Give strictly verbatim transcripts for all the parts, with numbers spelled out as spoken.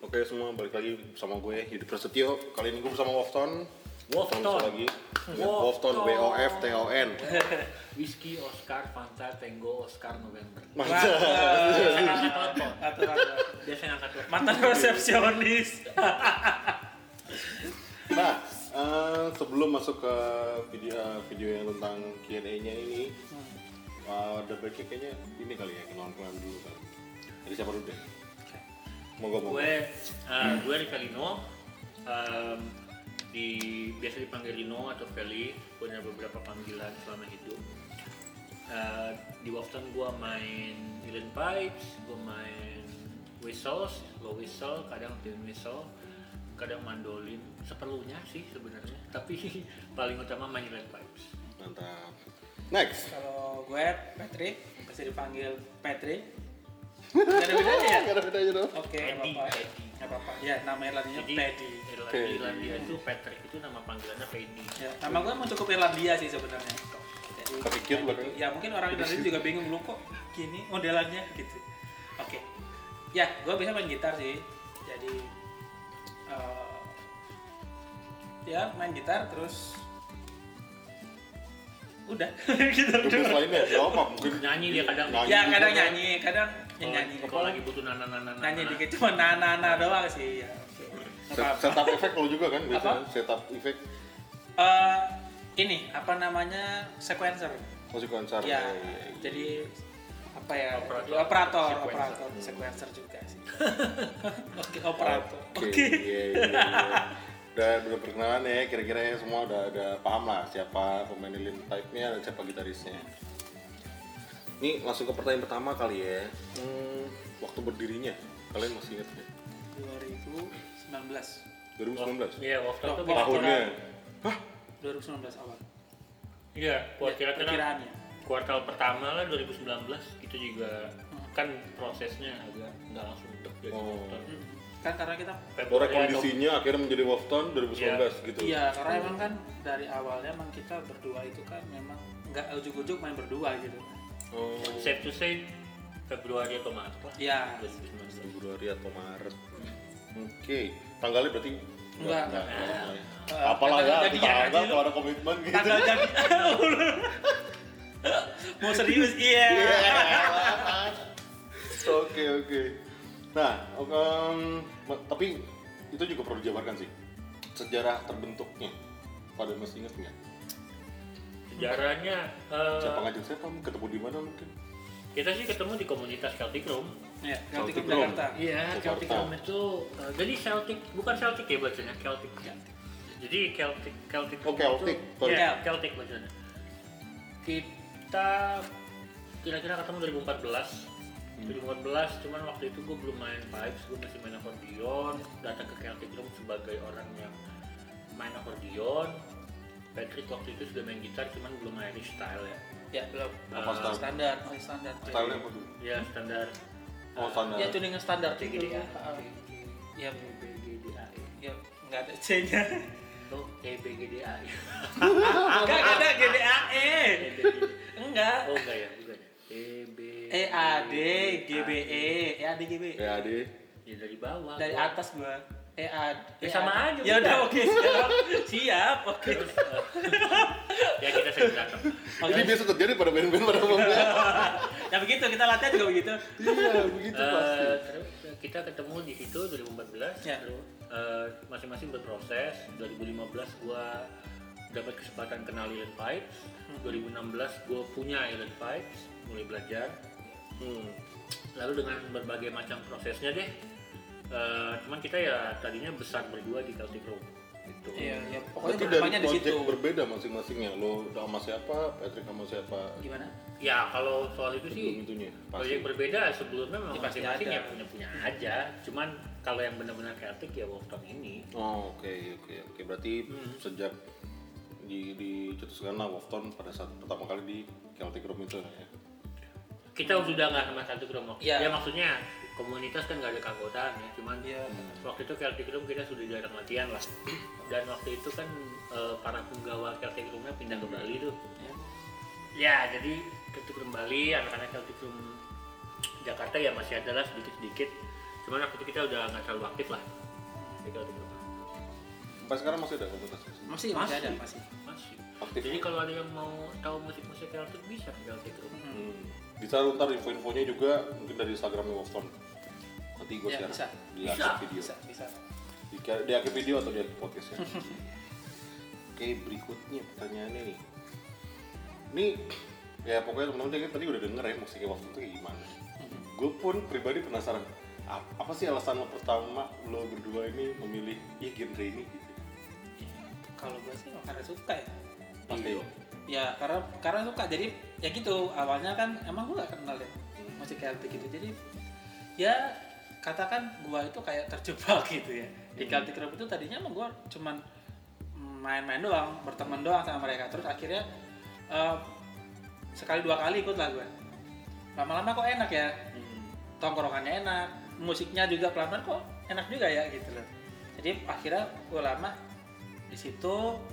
Oke semua, balik lagi bersama gue Yudi Prasetyo. Kali ini gue bersama Wofton. Wofton lagi. Wofton, W O F T O N. Whisky, Oscar, Fanta, Tango, Oscar, November. Mantap. Biasanya angkat telepon. Mantan resepsionis. Nah, uh, sebelum masuk ke video video yang tentang Q and A-nya ini, uh, ada baiknya kayaknya ini kali ya, kenalan-kenalan dulu kali. Jadi siapa dulu deh? Moga moga. Gue, uh, gue Rika Lino. Um, di biasa dipanggil Rino atau Feli, punya beberapa panggilan selama hidup. Uh, di Wofton gue main ukulele pipes, gue main whistles, low whistle, kadang thin whistle, kadang mandolin, seperlunya sih sebenarnya. Tapi paling utama main ukulele pipes. Mantap. Next. Kalau gue Patrick, bisa dipanggil Patrick. Gak ada bedanya ya? Gak ada bedanya dong. Oke, nggak Paddy, apa-apa. Paddy. Nggak apa-apa. Ya, nama Irlandianya Jadi Paddy. Irlandia, Irlandia itu Patrick itu nama panggilannya Paddy. Ya, nama gue mau cukup Irlandia sih sebenarnya. Jadi, Kepikir belakang. ya mungkin orang Irlandia juga bingung lu kok gini modelannya gitu. Oke. Ya, gue bisa main gitar sih. Jadi uh, ya main gitar terus udah gitu. Terus lainnya, ya apa? Mungkin Nyanyi dia kadang. Ya juga kadang kan? nyanyi, kadang Kalau nyanyi. kalau lagi butuh nana-nana. Nyanyi dikit cuma nana-nana doang sih ya. Set- Setup efek lo juga kan biasanya? Apa? Setup efek Eh, ini apa namanya sequencer. musik konser. Ya, iya, iya. jadi apa ya? Operator. Operator, Sequencer. operator, sequencer juga sih. Oke, operator. Oke, Oke. iya, iya, iya. Udah, udah perkenalan ya, kira-kira ya semua udah, udah paham lah siapa pemain ukulele type-nya dan siapa gitarisnya. Ini langsung ke pertanyaan pertama kali ya. Hmm, waktu berdirinya, kalian masih ingat nggak? dua ribu sembilan belas. dua ribu sembilan belas? Iya, Wofton tuh Oh, Tahunnya? Hah? dua ribu sembilan belas awal. Iya, buat Ya, kira-kira perkiraannya. kuartal pertama lah dua ribu sembilan belas itu juga kan prosesnya agak nggak langsung untuk jadi Oh. Wofton. Hmm. Kan karena kita Orang kondisinya akhirnya menjadi Wofton dua ribu sembilan belas gitu. iya, karena emang kan dari awalnya emang kita berdua itu kan memang nggak ujuk-ujuk main berdua gitu. Oh, Safe to say Februari atau Maret lah. Iya. dua ribu sembilan belas. Februari atau Maret. Oke, tanggalnya berarti Enggak, enggak. enggak. enggak. Eh, Apalah ya, tanggal tanggal jadinya aja kalau ada komitmen gitu. Tanggal jadi mau serius iya. Oke oke. Nah, um, tapi itu juga perlu dijabarkan sih sejarah terbentuknya. Pada masih ingat nggak? Sejarahnya eh, Siapa ngajak siapa? Ketemu di mana mungkin? kita sih ketemu di komunitas Celtic Room. Iya, Celtic Celtic Room. Jakarta. Iya, Jakarta. Celtic Room itu eh, jadi Celtic bukan Celtic ya bacanya Celtic. Jadi Celtic Celtic Oh, Room Celtic. itu Sorry. ya, Celtic bacanya. Kita kira-kira ketemu dua ribu empat belas. dua ribu empat belas cuman waktu itu gue belum main pipes, gue masih main akordeon, datang ke Celtic Room sebagai orang yang main akordeon. Patrick waktu itu sudah main gitar cuman belum Irish style ya. Ya, belum. Apa style? Standar, oh standar. Stylenya apa dulu? Ya standar. Oh, standar. Ya tuningan standar C G D A. Ya, B G D A. ya nggak ada C-nya. Oh, E B G D A. Enggak ada G D A E. E B G D A. Enggak. Oh enggak ya, bukan ya. E B E A D G B E, E A D G B E. Ya, Ade. Ya dari bawah. Dari gua. atas gua. E A D. Ya sama aja, Ya udah. udah oke, siap. Siap, oke. Terus, eh, ya kita sering datang. Ini biasa terjadi pada band-band pada umumnya. Ya begitu, kita latihan juga begitu. Iya, begitu pasti. Eh, terus eh, kita ketemu di situ dua ribu empat belas. Ya. Terus eh, masing-masing berproses. dua ribu lima belas gua dapat kesempatan kenal ukulele pipes. dua ribu enam belas gua punya ukulele pipes, mulai belajar. Hmm. Lalu dengan berbagai macam prosesnya deh. eh, cuman kita ya tadinya besar berdua di Celtic Room. Gitu. Iya, ya pokoknya Berarti dari berkembangnya di project situ. berbeda masing-masingnya. Lo sama siapa, Patrick sama siapa? Gimana? Ya kalau soal itu sih Sebelum itunya, pasti. proyek berbeda sebelumnya memang Ya, pasti masing-masing ada. ya punya-punya aja. Cuman kalau yang benar-benar Celtic ya Wofton ini. Oh, oke oke oke. Berarti Hmm. sejak di dicetuskan lah Wofton pada saat pertama kali di Celtic Room itu ya. Kita sudah nggak sama Celtic Room. Iya. Ya maksudnya komunitas kan nggak ada keanggotaan ya. Cuman Iya. waktu itu Celtic Room kita sudah jarang latihan lah. Dan waktu itu kan eh, para penggawa Celtic Roomnya pindah ke Bali tuh. Ya. Ya jadi Celtic Room Bali, anak-anak Celtic Room Jakarta ya masih ada lah sedikit-sedikit. Cuman waktu itu kita udah nggak terlalu aktif lah. Jadi kalau itu Sampai sekarang masih ada komunitasnya? Masih masih ada masih. masih. Aktif. Jadi kalau ada yang mau tahu musik-musik Celtic bisa ke Celtic Room. Hmm. Bisa lu ntar info-infonya juga mungkin dari Instagramnya Wolfton. Nanti gue Ya, share bisa. di Bisa. akhir video. Bisa bisa. Di, di akhir video atau di akhir podcast ya. Oke, berikutnya pertanyaannya nih. Ini ya pokoknya teman-teman kan tadi udah denger ya musiknya Wolfton itu kayak gimana. Gue pun pribadi penasaran. Apa sih alasan lo pertama lo berdua ini memilih ya genre ini gitu? Kalau gue sih karena suka ya. Pasti. Ya karena karena suka jadi ya gitu awalnya kan emang gue gak kenal ya musik Celtic gitu jadi ya katakan gue itu kayak terjebak gitu ya di Hmm. Celtic Room itu tadinya emang gue cuman main-main doang berteman doang sama mereka terus akhirnya eh, sekali dua kali ikut lah gue lama-lama kok enak ya tongkrongannya enak musiknya juga pelan-pelan kok enak juga ya gitu loh jadi akhirnya gue lama di situ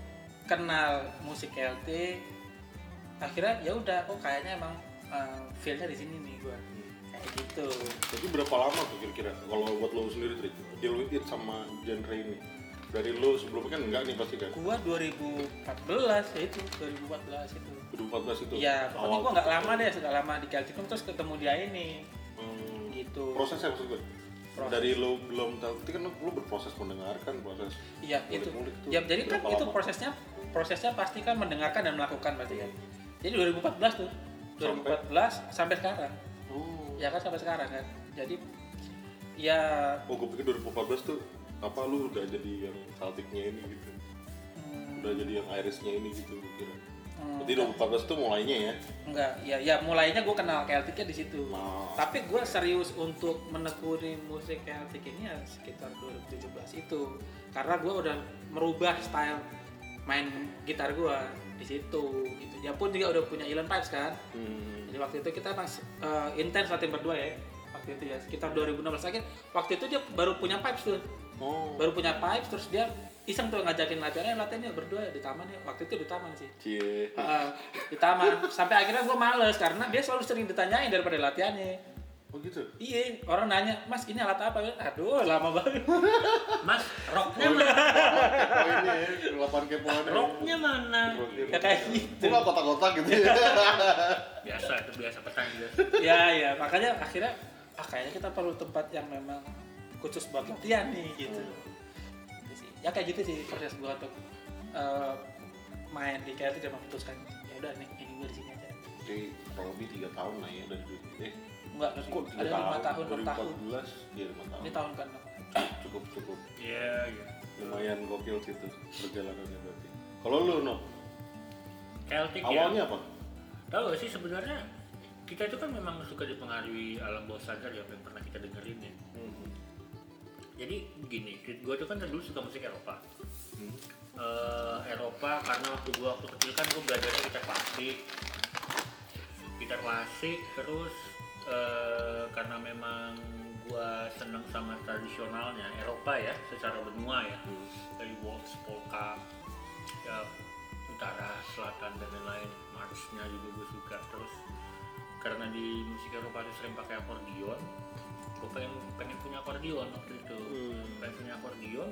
kenal musik Celtic akhirnya ya udah kok kayaknya emang uh, feel-nya di sini nih gua kayak gitu. Jadi berapa lama tuh kira-kira kalau buat lo sendiri Trik deal with it sama genre ini? Dari lo sebelumnya kan enggak nih pasti kan? Gua dua ribu empat belas ya itu dua ribu empat belas itu. dua ribu empat belas itu. Iya, pokoknya gua nggak lama deh, sudah lama di Celtic Room terus ketemu dia ini. Hmm, Gitu. prosesnya maksud gue? Proses. Dari lo belum tahu, itu kan lo, lo berproses mendengarkan proses. Iya itu. ngulik-ngulik tuh Ya jadi kan berapa itu lama? prosesnya prosesnya pasti kan mendengarkan dan melakukan pasti kan. Jadi dua ribu empat belas tuh. dua ribu empat belas sampai sekarang. Oh. Ya kan sampai sekarang kan. Jadi ya Oh, gue pikir dua ribu empat belas tuh apa lu udah jadi yang Celtic-nya ini gitu. hmm, Udah jadi yang Irish-nya ini gitu gue kira. hmm, Berarti dua ribu empat belas tuh mulainya ya. enggak, ya ya mulainya gue kenal Celtic-nya di situ. Nah. Tapi gue serius untuk menekuni musik Celtic ini ya sekitar dua ribu tujuh belas itu. Karena gue udah merubah style main gitar gue di situ gitu. Dia pun juga udah punya Island Pipes kan. Hmm. Jadi waktu itu kita pas uh, intens latihan berdua ya. Waktu itu ya sekitar dua ribu enam belas akhir. Waktu itu dia baru punya pipes tuh. Oh. Baru punya pipes terus dia iseng tuh ngajakin latihannya latihan yuk berdua di taman ya. Waktu itu di taman sih. Cie. Uh, di taman sampai akhirnya gue males karena dia selalu sering ditanyain daripada latihannya. Oh gitu. Iya, orang nanya, "Mas, ini alat apa?" Aduh, lama banget. Mas, rocknya Oh, mana? oh ini ya, delapan kepoan. Rocknya mana? Ya kayak gitu. Kok nggak kotak-kotak gitu ya? Biasa, itu biasa pesan biasa. Ya, ya, makanya akhirnya ah kayaknya kita perlu tempat yang memang khusus buat latihan nih gitu. Gitu sih. Ya kayak gitu sih proses gua untuk uh, main di Celtic dan memutuskan ya udah nih ini gua di sini aja. Jadi kurang lebih tiga tahun lah ya dari dulu. Eh, Enggak, kok tiga ada lima tahun, enam tahun. dua ribu empat belas, iya lima tahun. Ini tahun ke enam. Cukup cukup. Iya, iya. Lumayan gokil sih itu perjalanannya berarti. Kalau lu no, Celtic awalnya ya. apa? Tahu gak sih sebenarnya kita itu kan memang suka dipengaruhi alam bawah sadar ya yang pernah kita dengerin ya. Hmm. Jadi begini, gue tuh kan dulu suka musik Eropa. Hmm. Eh, Eropa karena waktu gue waktu kecil kan gue belajarnya gitar klasik, gitar klasik terus eh, karena memang gue seneng sama tradisionalnya Eropa ya secara benua ya Hmm. dari waltz, polka, ya utara, selatan dan lain-lain, marchnya juga gue suka. Terus karena di musik Eropa itu sering pakai akordion, gue pengen pengen punya akordion waktu itu, Hmm. pengen punya akordion.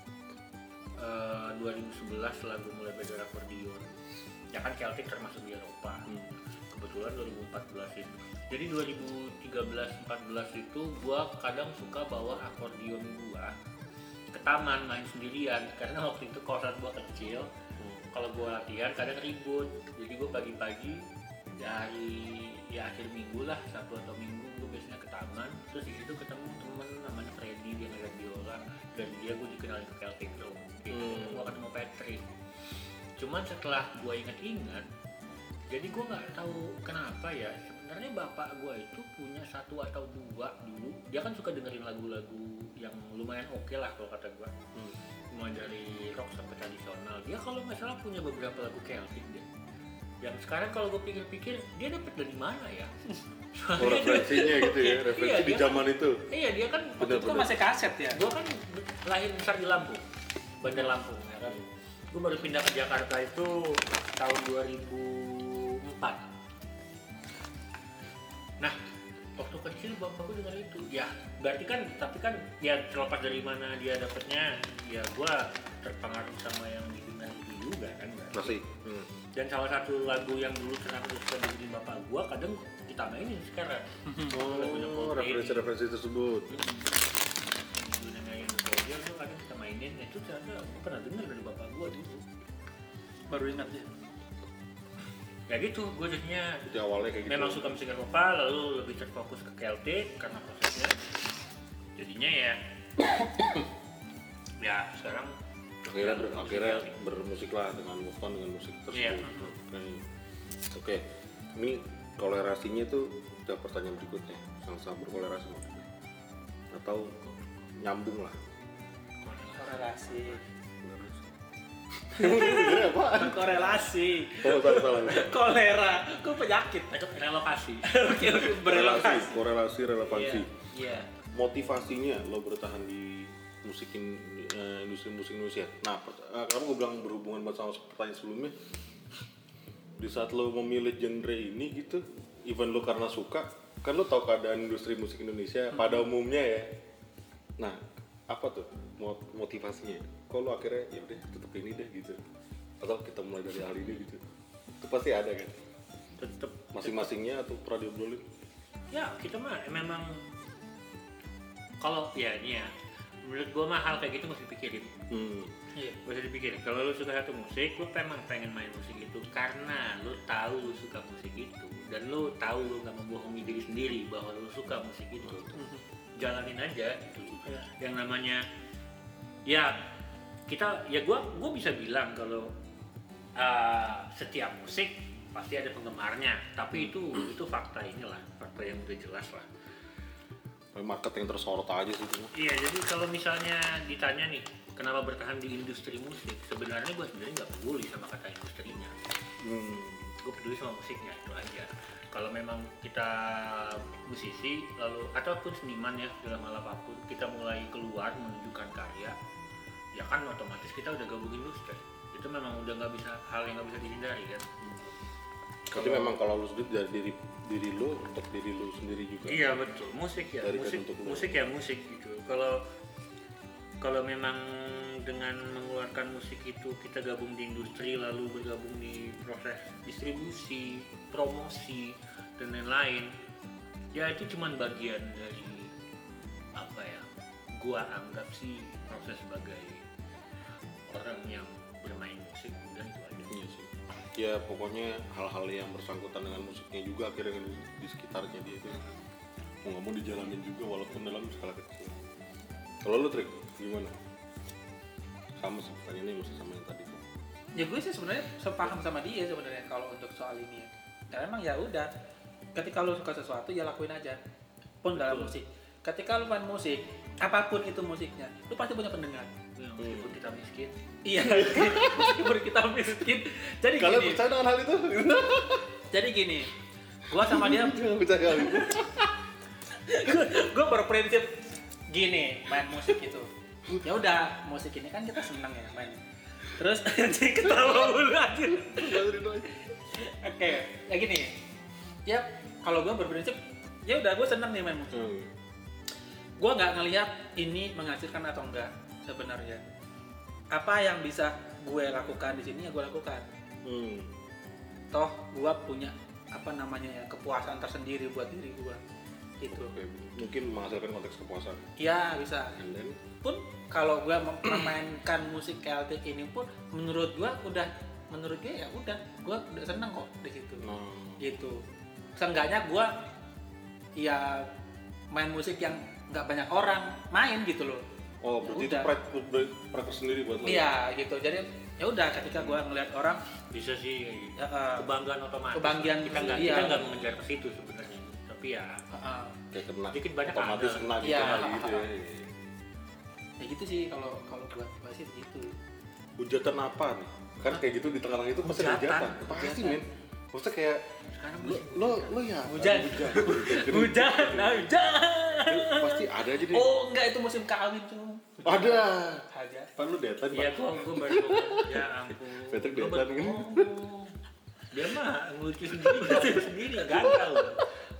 Uh, dua ribu sebelas lah gue mulai belajar akordion. Ya kan Celtic termasuk di Eropa. Hmm. Kebetulan dua ribu empat belas itu. Jadi dua ribu tiga belas empat belas itu gue kadang suka bawa akordion gue ke taman main sendirian karena waktu itu kosan gue kecil. Hmm. Kalau gue latihan kadang ribut. Jadi gue pagi-pagi dari ya akhir minggu lah, Sabtu atau Minggu gue biasanya ke taman. Terus di situ ketemu temen namanya Freddy, dia ngajar biola dan dia gue dikenalin ke Celtic Room. Gitu. Hmm. Gue ketemu Patrick. Cuman setelah gue inget-inget, jadi gue nggak tahu kenapa ya. Sebenarnya bapak gue itu punya satu atau dua dulu. Dia kan suka dengerin lagu-lagu yang lumayan oke lah kalau kata gue. Hmm. Mulai dari rock sampai tradisional. Dia kalau nggak salah punya beberapa lagu Celtic deh. Yang sekarang kalau gue pikir-pikir dia dapet dari mana ya? Oh, referensinya gitu ya, referensi iya, di dia zaman kan, itu. Iya dia kan Bener, Itu kan masih kaset ya. gue kan lahir besar di Lampung, Bandar Lampung ya kan. Gue baru pindah ke Jakarta itu tahun dua ribu empat. Nah, waktu kecil bapakku dengar itu. Ya, berarti kan, tapi kan ya terlepas dari mana dia dapetnya, ya gua terpengaruh sama yang didengar itu juga kan. Masih. Hmm. Dan salah satu lagu yang dulu pernah aku suka dengerin bapak gua kadang kita mainin sekarang. Oh, referensi-referensi tersebut. Dulu dengerin Soldier tuh kadang kita mainin, itu ternyata aku pernah denger dari bapak gua dulu. Baru ingat ya. Ya gitu, gue jadinya Jadi awalnya kayak gitu. memang suka musik Eropa, lalu lebih terfokus ke Celtic karena prosesnya. Jadinya ya, ya sekarang akhirnya ber, akhirnya bermusik lah dengan move on dengan musik tersebut. Iya. Oke, Oke. Ini kolerasinya tuh udah pertanyaan berikutnya, sama-sama berkolerasi maksudnya, atau nyambung lah. Korelasi. Ini apa? Korelasi. Oh, salah salah. Kolera. Kok penyakit? itu relokasi. Oke oke berelokasi. Korelasi, relevansi. Iya. Motivasinya lo bertahan di musikin uh, industri musik Indonesia. Nah, per- uh, kamu gue bilang berhubungan banget sama pertanyaan sebelumnya. Di saat lo memilih genre ini gitu, even lo karena suka, kan lo tau keadaan industri musik Indonesia hmm. pada umumnya ya. Nah, apa tuh mot- motivasinya? Kok lo akhirnya ya udah tetap ini deh gitu, atau kita mulai dari hal ini gitu? Itu pasti ada kan? Tetep Masing-masingnya atau pernah diobrolin? ya kita mah memang kalau ya ini ya menurut gua mah hal kayak gitu mesti dipikirin. Hmm. Iya. Mesti dipikirin. Kalau lu suka satu musik, lu memang pengen main musik itu karena lu tahu lu suka musik itu dan lu tahu lu nggak membohongi diri sendiri bahwa lu suka musik itu. Jalanin aja gitu. Yang namanya ya kita ya gua gua bisa bilang kalau uh, setiap musik pasti ada penggemarnya, tapi itu itu fakta inilah, fakta yang udah jelas lah. Market yang tersorot aja sih itu. Iya, jadi kalau misalnya ditanya nih, kenapa bertahan di industri musik? Sebenarnya gue sebenarnya nggak peduli sama kata industrinya. Hmm. Gue peduli sama musiknya, itu aja. Kalau memang kita musisi, lalu ataupun seniman ya dalam hal apapun, kita mulai keluar menunjukkan karya, ya kan otomatis kita udah gabung industri. Itu memang udah nggak bisa, hal yang nggak bisa dihindari kan. Jadi memang kalau lu sendiri dari diri diri lu untuk diri lu sendiri juga. Iya betul, musik ya, Dari musik, untuk lu. musik ya musik gitu. Kalau kalau memang dengan mengeluarkan musik itu kita gabung di industri lalu bergabung di proses distribusi, promosi dan lain-lain, ya itu cuma bagian dari apa ya? Gua anggap sih proses sebagai orang yang bermain musik udah itu aja. Iya sih. Ya pokoknya hal-hal yang bersangkutan dengan musiknya juga akhirnya di, di sekitarnya dia itu mau nggak mau dijalanin juga walaupun dalam skala kecil. Kalau lu Trik gimana? Sama sih pertanyaannya masih sama yang tadi. Ya gue sih sebenarnya sepaham sama dia sebenarnya kalau untuk soal ini ya. Dan emang ya udah, ketika lu suka sesuatu ya lakuin aja. Pun dalam musik. Ketika lu main musik, apapun itu musiknya, lu pasti punya pendengar. Ya, meskipun kita miskin. Iya, meskipun kita miskin. Jadi Kalian gini. percaya dengan hal itu? Jadi gini, gua sama dia, Jangan percaya hal itu. gua berprinsip gini, main musik itu. Ya udah, musik ini kan kita senang ya main. Terus jadi ketawa mulu aja. Oke, ya gini. Ya kalau gua berprinsip, ya udah gua senang nih main musik. Hmm. Gua nggak ngelihat ini menghasilkan atau enggak sebenarnya. Apa yang bisa gue lakukan di sini ya gue lakukan. Hmm. Toh gue punya apa namanya ya kepuasan tersendiri buat diri gue. Gitu. Oke, mungkin menghasilkan konteks kepuasan. Iya bisa. And then Pun kalau gue mem- memainkan musik Celtic ini pun menurut gue udah menurut gue ya udah gue udah seneng kok di situ. nah, Gitu. Seenggaknya gue ya main musik yang nggak banyak orang main gitu loh. oh berarti Ya itu udah. pride, pride sendiri buat lo. Iya gitu. Jadi ya udah ketika gue ngeliat orang Bisa sih kayak gitu. ya, uh, Kebanggaan otomatis. Kebanggaan, kita nggak iya. kita nggak mengejar ke situ sebenarnya. Tapi ya uh, Kayak kena Dikit banyak otomatis ada. kena gitu Iya. kali gitu ya. ya gitu sih kalau kalau buat gue sih gitu. Hujatan apa nih? Kan kayak gitu di tengah-tengah itu pasti ada Hujatan. hujatan. Pasti men. Maksudnya kayak sekarang lo lo, lo ya Hujan. hujan. Hujan, nah, hujan. Pasti ada aja deh. Oh enggak itu musim kawin tuh. Ada. Aja. Pan lu deadline, Iya, Pak. gua gua baru ngomong, ya ampun. Patrick Gua deadline baru ini. ngomong. Dia mah ngelucu sendiri, ngelucu sendiri, gagal.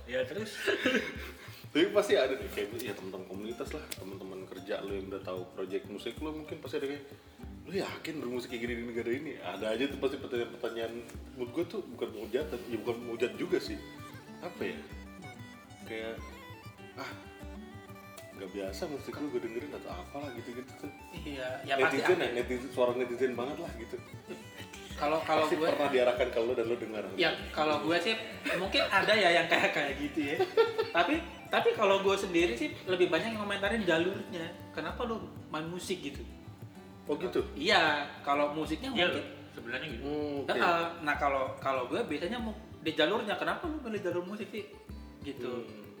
Ya terus. Tapi pasti ada nih kayak ya teman-teman komunitas lah, teman-teman kerja lo yang udah tahu project musik lo mungkin pasti ada kayak lo yakin bermusik kayak gini di negara ini? Ada aja tuh pasti pertanyaan-pertanyaan. Menurut gue tuh bukan mujat, ya bukan mujat juga sih. Apa ya? Kayak ah nggak biasa musik lu gue dengerin atau apalah gitu-gitu tuh. Iya, ya pasti netizen ada. ya, netizen, suara netizen banget lah gitu. Kalau kalau Pasti gue pernah diarahkan ke lu dan lu dengar. ya kalau gue sih mungkin ada ya yang kayak kayak gitu ya. tapi tapi kalau gue sendiri sih lebih banyak ngomentarin jalurnya. Kenapa lu main musik gitu? Oh gitu. Iya, kalau musiknya Iya mungkin. sebenarnya gitu. Hmm, oke. Nah, nah kalau kalau gue biasanya mau di jalurnya. Kenapa lu pilih jalur musik sih? Gitu. Hmm.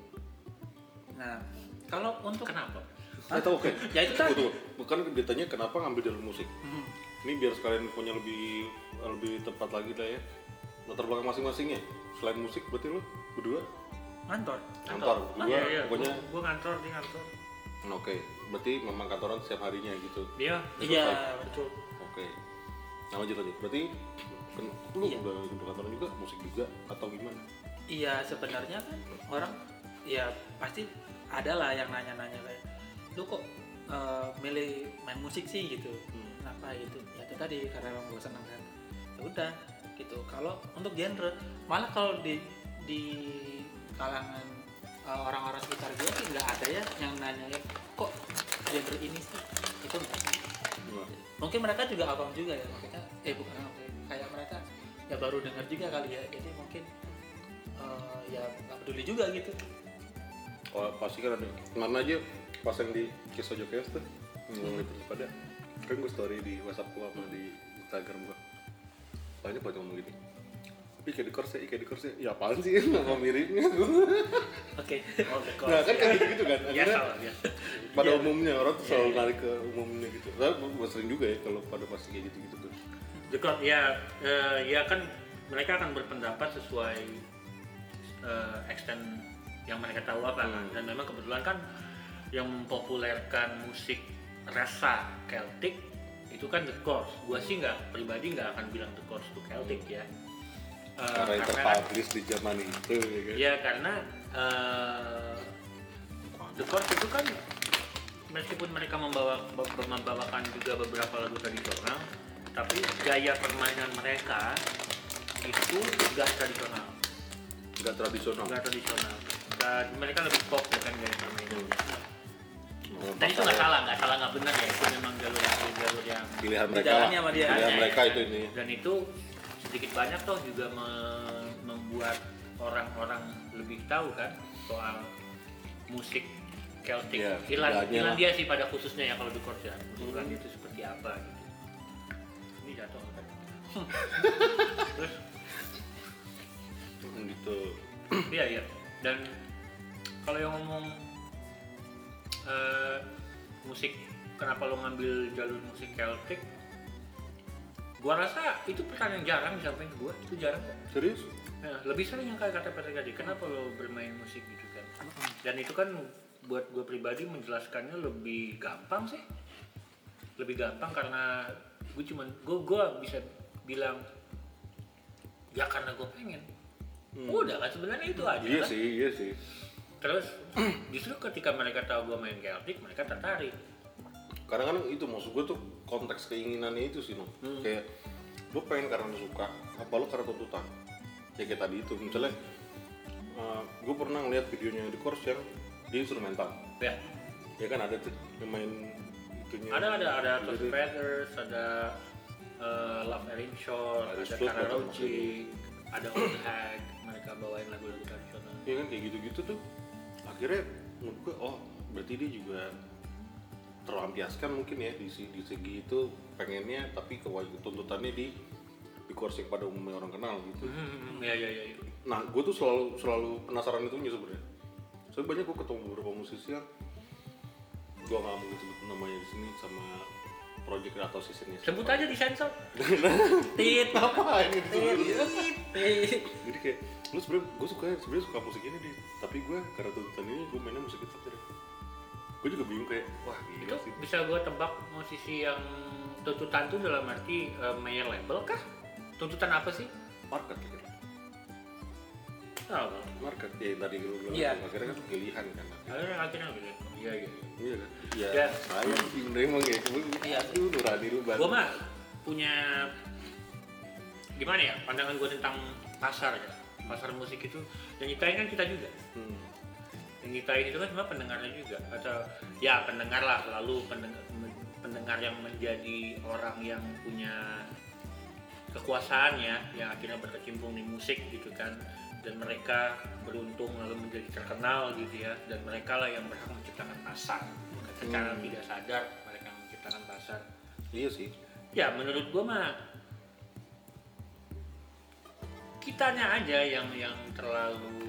Nah, kalau untuk Kenapa? Atau oke. Ya itu kan. Tunggu, tunggu. Bukan ditanya kenapa ngambil jalur musik. Hmm. Ini biar sekalian punya lebih lebih tepat lagi lah ya. Latar belakang masing-masingnya. Selain musik berarti lu berdua Kantor. kantor, berdua Iya, iya. pokoknya. Gua, gua kantor di kantor. Nah, oke. Berarti memang kantoran setiap harinya gitu. Iya. Iya, betul. Oke. Nah, lanjut lanjut. Berarti kan lu Iya. udah udah kantoran juga, musik juga atau gimana? Iya, sebenarnya kan orang ya pasti ada lah yang nanya-nanya kayak lu kok eh, milih main musik sih gitu. Hmm. Kenapa gitu? Ya itu tadi karena emang gue seneng kan. Ya udah gitu. Kalau untuk genre malah kalau di di kalangan eh, orang-orang sekitar gue sih nggak ada ya yang nanyain kok genre ini sih. Itu enggak. Nah, Mungkin mereka juga abang juga ya. Mereka eh bukan abang, kayak mereka ya baru dengar juga kali ya. Jadi mungkin eh, ya nggak peduli juga gitu. oh, pasti kan ada. Kemana aja pas yang di Kisah Jokes tuh ngomongin terus pada kan gue story di WhatsApp gue sama di Instagram gue. Banyak banget ngomong gini. Tapi kayak di course ya, kayak di course ya. Ya apaan sih? Nama miripnya gue. Oke. Oh, the Nah kan kayak gitu-gitu kan. Biasa Akhirnya lah, biasa. pada Iya. umumnya orang tuh selalu Iya, iya. narik ke umumnya gitu. Tapi gue sering juga ya kalau pada pasti kayak gitu-gitu tuh. Dekor ya, eh, ya kan mereka akan berpendapat sesuai eh, extent yang mereka tahu apa kan. Hmm. Dan memang kebetulan kan yang mempopulerkan musik rasa Celtic itu kan The Course. Gua sih nggak pribadi nggak akan bilang The Course itu Celtic ya. Eh, Karena yang karena kan, terpublish di zaman itu ya kan. ya karena eh, The Course itu kan meskipun mereka membawa membawakan juga beberapa lagu tradisional, tapi gaya permainan mereka itu gak tradisional, Nggak tradisional. gak tradisional. Dan mereka lebih pop bukan gaya permainannya. Oh, Dan itu nggak salah, nggak salah nggak benar ya. Itu memang jalur yang jalur yang Pilihan mereka Jalannya lah. sama dia. Pilihan Jalannya, mereka ya. itu ini. Dan itu sedikit banyak toh juga me- membuat orang-orang lebih tahu kan soal musik Celtic. Iya, Irland- setidaknya lah. Irlandia sih pada khususnya ya kalau di Chord ya. Musik Irlandia itu seperti apa gitu. Ini jatuh kan. Terus Hmm, gitu. iya iya. Dan kalau yang ngomong eh, musik, kenapa lo ngambil jalur musik Celtic? Gua rasa itu pertanyaan jarang disampaikan ke gua, itu jarang kok. Serius? Ya, lebih sering yang kayak kata Patrick tadi, kenapa lo bermain musik gitu kan? Dan itu kan buat gue pribadi menjelaskannya lebih gampang sih, lebih gampang karena gue cuman gue gue bisa bilang ya karena gue pengen, Hmm. udah kan sebenarnya itu aja Iya kan. sih, iya sih. Terus justru ketika mereka tahu gue main Celtic, mereka tertarik. Kadang-kadang itu maksud gue tuh konteks keinginannya itu sih, no. Hmm. Kayak lo pengen karena lo suka, apa lo karena tuntutan? Ya kayak tadi itu, misalnya uh, gue pernah ngeliat videonya di course yang dia instrumental. Ya, Ya kan ada tuh yang main itunya. ada ada ada Toast Jadi, Feathers, ada uh, Love Erin Shore, Ada ada Split, Karaoke, ada Old Hag, mereka bawain lagu-lagu tradisional. ya kan kayak gitu-gitu tuh. Akhirnya menurut gue, oh berarti dia juga terlampiaskan mungkin ya di, si- di segi itu pengennya, tapi kewajiban tuntutannya di di course yang pada umumnya orang kenal gitu. Hmm, ya ya ya. ya. Nah, gue tuh selalu selalu penasaran itu sebenarnya. Soalnya banyak gue ketemu beberapa musisi yang gue nggak mau sebut namanya di sini sama project atau seasonnya. Sebut aja di sensor. Tit. Apa ini Tit, disebut? tit. Jadi kayak lu sebenarnya gue suka sebenarnya suka musik ini di, tapi gue karena tuntutan ini gue mainnya musik itu aja. Gue juga bingung kayak wah Itu gila sih. bisa gue tebak musisi yang tuntutan tuh dalam arti uh, major label kah? Tuntutan apa sih? Market gitu. Apa? market ya tadi lu bilang Iya. akhirnya kan pilihan kan Akhirnya akhirnya gitu. Iya iya. iya kan iya Ya. saya sih bener emang ya Iya. itu nurani lu banget Gue mah punya gimana ya pandangan gue tentang pasar ya. Pasar musik itu yang nyiptain kan kita juga. hmm. Yang nyiptain itu kan cuma pendengarnya juga atau ya pendengar lah selalu pendengar pendengar yang menjadi orang yang punya kekuasaannya yang akhirnya berkecimpung di musik gitu kan dan mereka beruntung lalu menjadi terkenal gitu ya dan mereka lah yang berhak menciptakan pasar secara Hmm. tidak sadar mereka menciptakan pasar iya sih ya menurut gua mah kitanya aja yang yang terlalu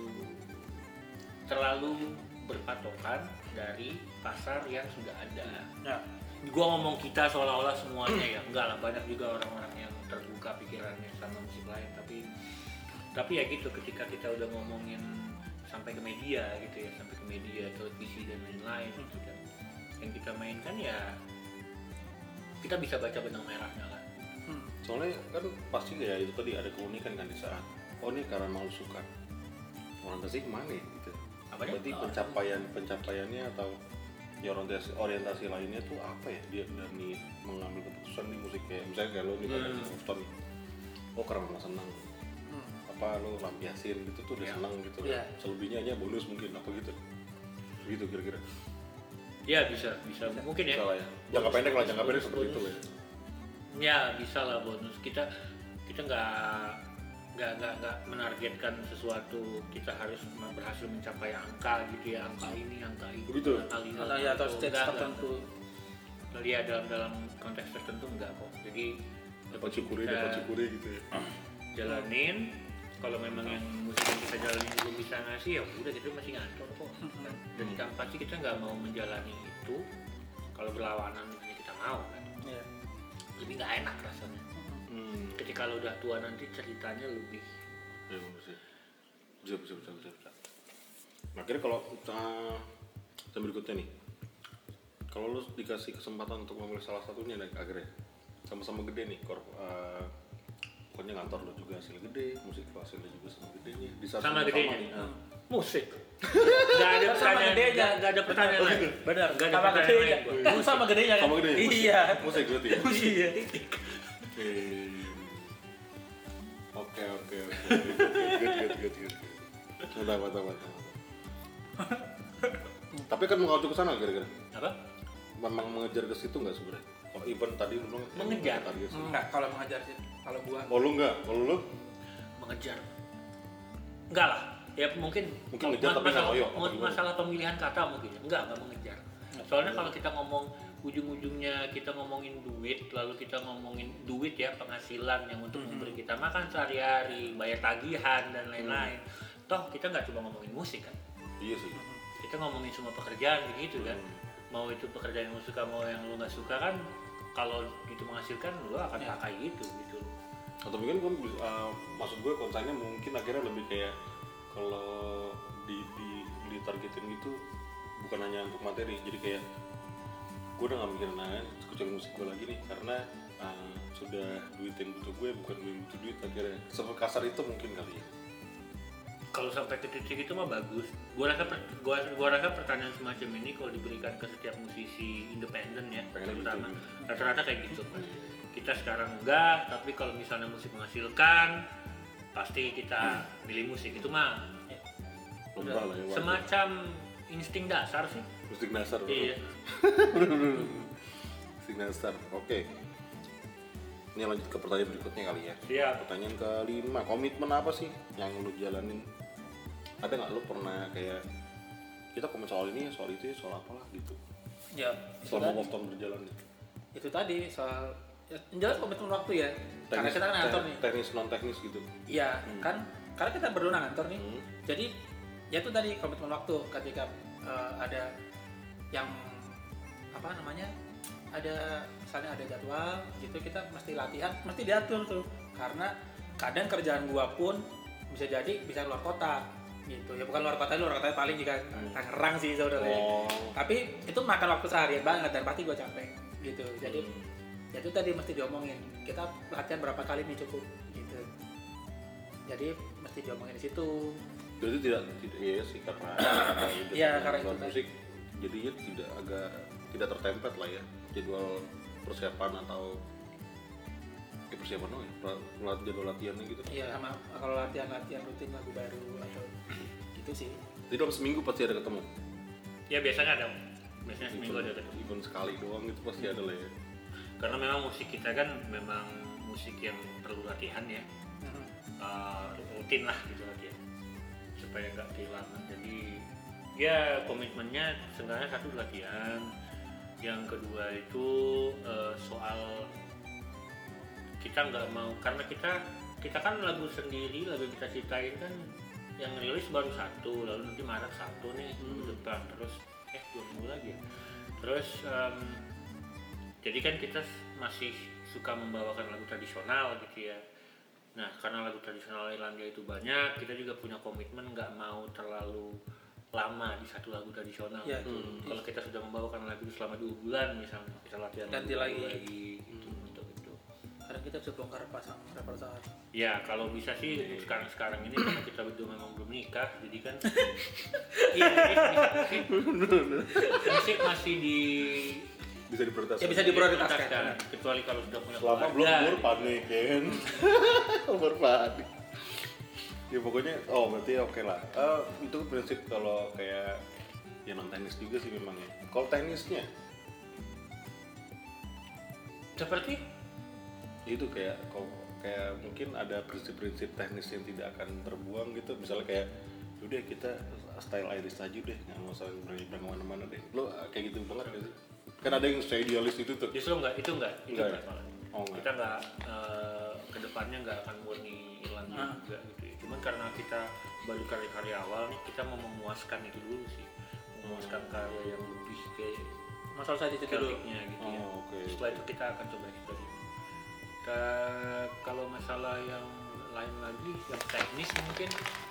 terlalu berpatokan dari pasar yang sudah ada. Ya. Gua ngomong kita seolah-olah semuanya ya enggak lah banyak juga orang-orang yang terbuka pikirannya sama musik lain tapi tapi ya gitu ketika kita udah ngomongin sampai ke media gitu ya sampai ke media televisi dan lain-lain gitu kan yang kita mainkan ya kita bisa baca benang merahnya lah. Hmm. soalnya kan pasti kayak itu tadi ada keunikan kan di saat oh ini karena mau suka orientasi kemana ya gitu Apa berarti dia? pencapaian pencapaiannya atau ya orientasi orientasi lainnya tuh apa ya dia dari mengambil keputusan di musik kayak misalnya kayak lo nih pada Hmm. Boston nih oh karena lo senang Hmm. apa lo lampiasin gitu tuh udah Ya. senang gitu Ya. selebihnya aja bonus mungkin apa gitu gitu kira-kira Ya bisa bisa mungkin ya. salah ya jangka pendek lah jangka pendek Bonus, seperti itu bonus. ya Ya bisa lah bonus kita kita nggak nggak nggak nggak menargetkan sesuatu kita harus berhasil mencapai angka gitu ya angka ini angka itu Begitu? angka ini Atau ya atau stage Enggak, tertentu. enggak. Dia dalam dalam konteks tertentu enggak kok jadi dapat syukuri kita dapat syukuri gitu ya jalanin kalau memang yang musik yang kita jalanin belum bisa ngasih ya udah kita masih ngantor kok kan. Dan kita pasti kita nggak mau menjalani itu kalau berlawanan dengan kita mau kan Ya. lebih nggak enak rasanya. hmm. Ketika lo udah tua nanti ceritanya lebih ya bener sih bisa bisa bisa bisa, bisa. Nah akhirnya kalau uh, yang berikutnya nih kalau lu dikasih kesempatan untuk memilih salah satunya nih akhirnya sama-sama gede nih korp uh, pokoknya ngantor lo juga hasil gede musik lo hasilnya juga sama gedenya di saat sama gedenya nih ah. musik nggak ada Sama pertanyaan gedenya. nggak nggak ada pertanyaan Oh, lain gitu. Benar. nggak ada Sama pertanyaan gedenya. lain gua. Kan sama gedenya kan? Sama gedenya? Iya. musik berarti ya Iya. oke oke oke good good good good mantap mantap mantap tapi kan mengacu ke sana kira-kira apa memang mengejar ke situ nggak sebenarnya kalau event tadi lu bilang Mengejar? target sih. Enggak, kalau mengajar sih. Kalau gua Oh lu nggak kalau lu mengejar enggak lah ya mungkin Mungkin ngejar tapi nggak masalah, loyo, apa gimana? masalah pemilihan kata mungkin ya. enggak enggak mengejar soalnya kalau kita ngomong ujung-ujungnya kita ngomongin duit lalu kita ngomongin duit ya penghasilan yang untuk Mhm. memberi kita makan sehari-hari bayar tagihan dan lain-lain toh kita nggak cuma ngomongin musik kan iya sih kita ngomongin semua pekerjaan begitu kan mau itu pekerjaan yang lu suka mau yang lu nggak suka kan kalau itu menghasilkan lu akan Ya. pakai itu gitu atau mungkin kan uh, maksud gue konsennya mungkin akhirnya lebih kayak kalau di di ditargetin gitu bukan hanya untuk materi jadi kayak gue udah gak mikirin aja kecuali musik gue lagi nih karena uh, sudah duit yang butuh gue bukan gue yang butuh duit akhirnya seperti kasar itu mungkin kali ya kalau sampai ke titik itu mah bagus. Gua rasa per, gua, gua rasa pertanyaan semacam ini kalau diberikan ke setiap musisi independen ya, Pengen terutama gitu. rata-rata kayak gitu. Kita sekarang enggak, tapi kalau misalnya musik menghasilkan, pasti kita milih musik itu mah lomba lah ya wajar. semacam insting dasar sih. musik dasar Iya. musik dasar oke ini lanjut ke pertanyaan berikutnya kali ya Siap. pertanyaan kelima komitmen apa sih yang lu jalanin ada nggak lu pernah kayak kita komen soal ini soal itu soal apalah gitu Ya, itu selama tadi. waktu berjalan nih Itu tadi soal ya, yang jelas komitmen waktu ya. Karena kita kan ngantor nih. teknis non teknis gitu Iya, Hmm. kan karena kita berdua ngantor nih. Hmm. Jadi ya itu tadi komitmen waktu ketika eh, ada yang apa namanya? Ada misalnya ada jadwal gitu kita mesti latihan, mesti diatur tuh. Karena kadang kerjaan gua pun bisa jadi bisa luar kota gitu. Ya bukan luar kota, luar kota paling juga Hmm. Tangerang sih sebenarnya. oh Tapi itu makan waktu seharian banget dan pasti gua capek gitu. Jadi Hmm. ya itu tadi mesti diomongin. Kita latihan berapa kali nih cukup gitu. jadi mesti diomongin di situ. Jadi tidak tidak ya sih karena ada Iya, karena jadwal itu musik jadinya tidak agak tidak tertemplate lah ya jadwal persiapan atau ya persiapan oh ya pelat- jadwal latihannya gitu. Iya, sama kalau latihan-latihan rutin lagu baru atau gitu sih. Jadi dalam seminggu pasti ada ketemu. Ya biasanya ada, biasanya seminggu ada ketemu. Even sekali doang itu pasti ada lah ya. Karena memang musik kita kan memang musik yang perlu latihan ya, Hmm. uh, rutin lah gitu latihan supaya nggak kehilangan. Jadi ya komitmennya sebenarnya satu latihan, yang kedua itu uh, soal kita nggak mau karena kita kita kan lagu sendiri, lagu kita ciptain kan yang rilis baru satu, lalu nanti Maret satu nih minggu depan, terus eh dua minggu lagi ya. Terus um, jadi kan kita masih suka membawakan lagu tradisional gitu ya. Nah karena lagu tradisional Irlandia itu banyak, kita juga punya komitmen nggak mau terlalu lama di satu lagu tradisional. Ya, gitu. hmm. Kalau kita sudah membawakan lagu itu selama dua bulan misalnya, kita latihan Ganti lagu lagi. lagi gitu, untuk itu. Kadang kita bisa bongkar pasang repertoire. Ya kalau bisa sih untuk sekarang-sekarang ini karena kita berdua memang belum nikah, jadi kan iya jadi musik, musik masih di Bisa diprioritaskan. Ya bisa diprioritaskan. kecuali kalau sudah punya Selama belum keluarga, umur gitu. panik kan. Umur panik. Ya pokoknya oh berarti oke lah. Eh, itu prinsip kalau kayak ya non tenis juga sih memang ya. Kalau tenisnya Seperti itu kayak kok kayak mungkin ada prinsip-prinsip teknis yang tidak akan terbuang gitu misalnya kayak udah kita style Irish aja deh nggak usah berani kemana-mana deh lo kayak gitu banget gak sih kan ada yang saya idealis itu tuh justru enggak, itu enggak, itu Enggak enggak ya? malah. Oh, enggak. Kita enggak eh, kedepannya enggak akan murni Irlandia Ah. juga gitu ya. Cuman karena kita baru karya-karya awal nih, kita mau memuaskan itu dulu sih, memuaskan karya yang lebih ke Masalah saya di situ dulu. Celtic-nya gitu ya. Oh, oke. Setelah itu kita akan coba eksplorasi. Ka- kalau masalah yang lain lagi, yang teknis mungkin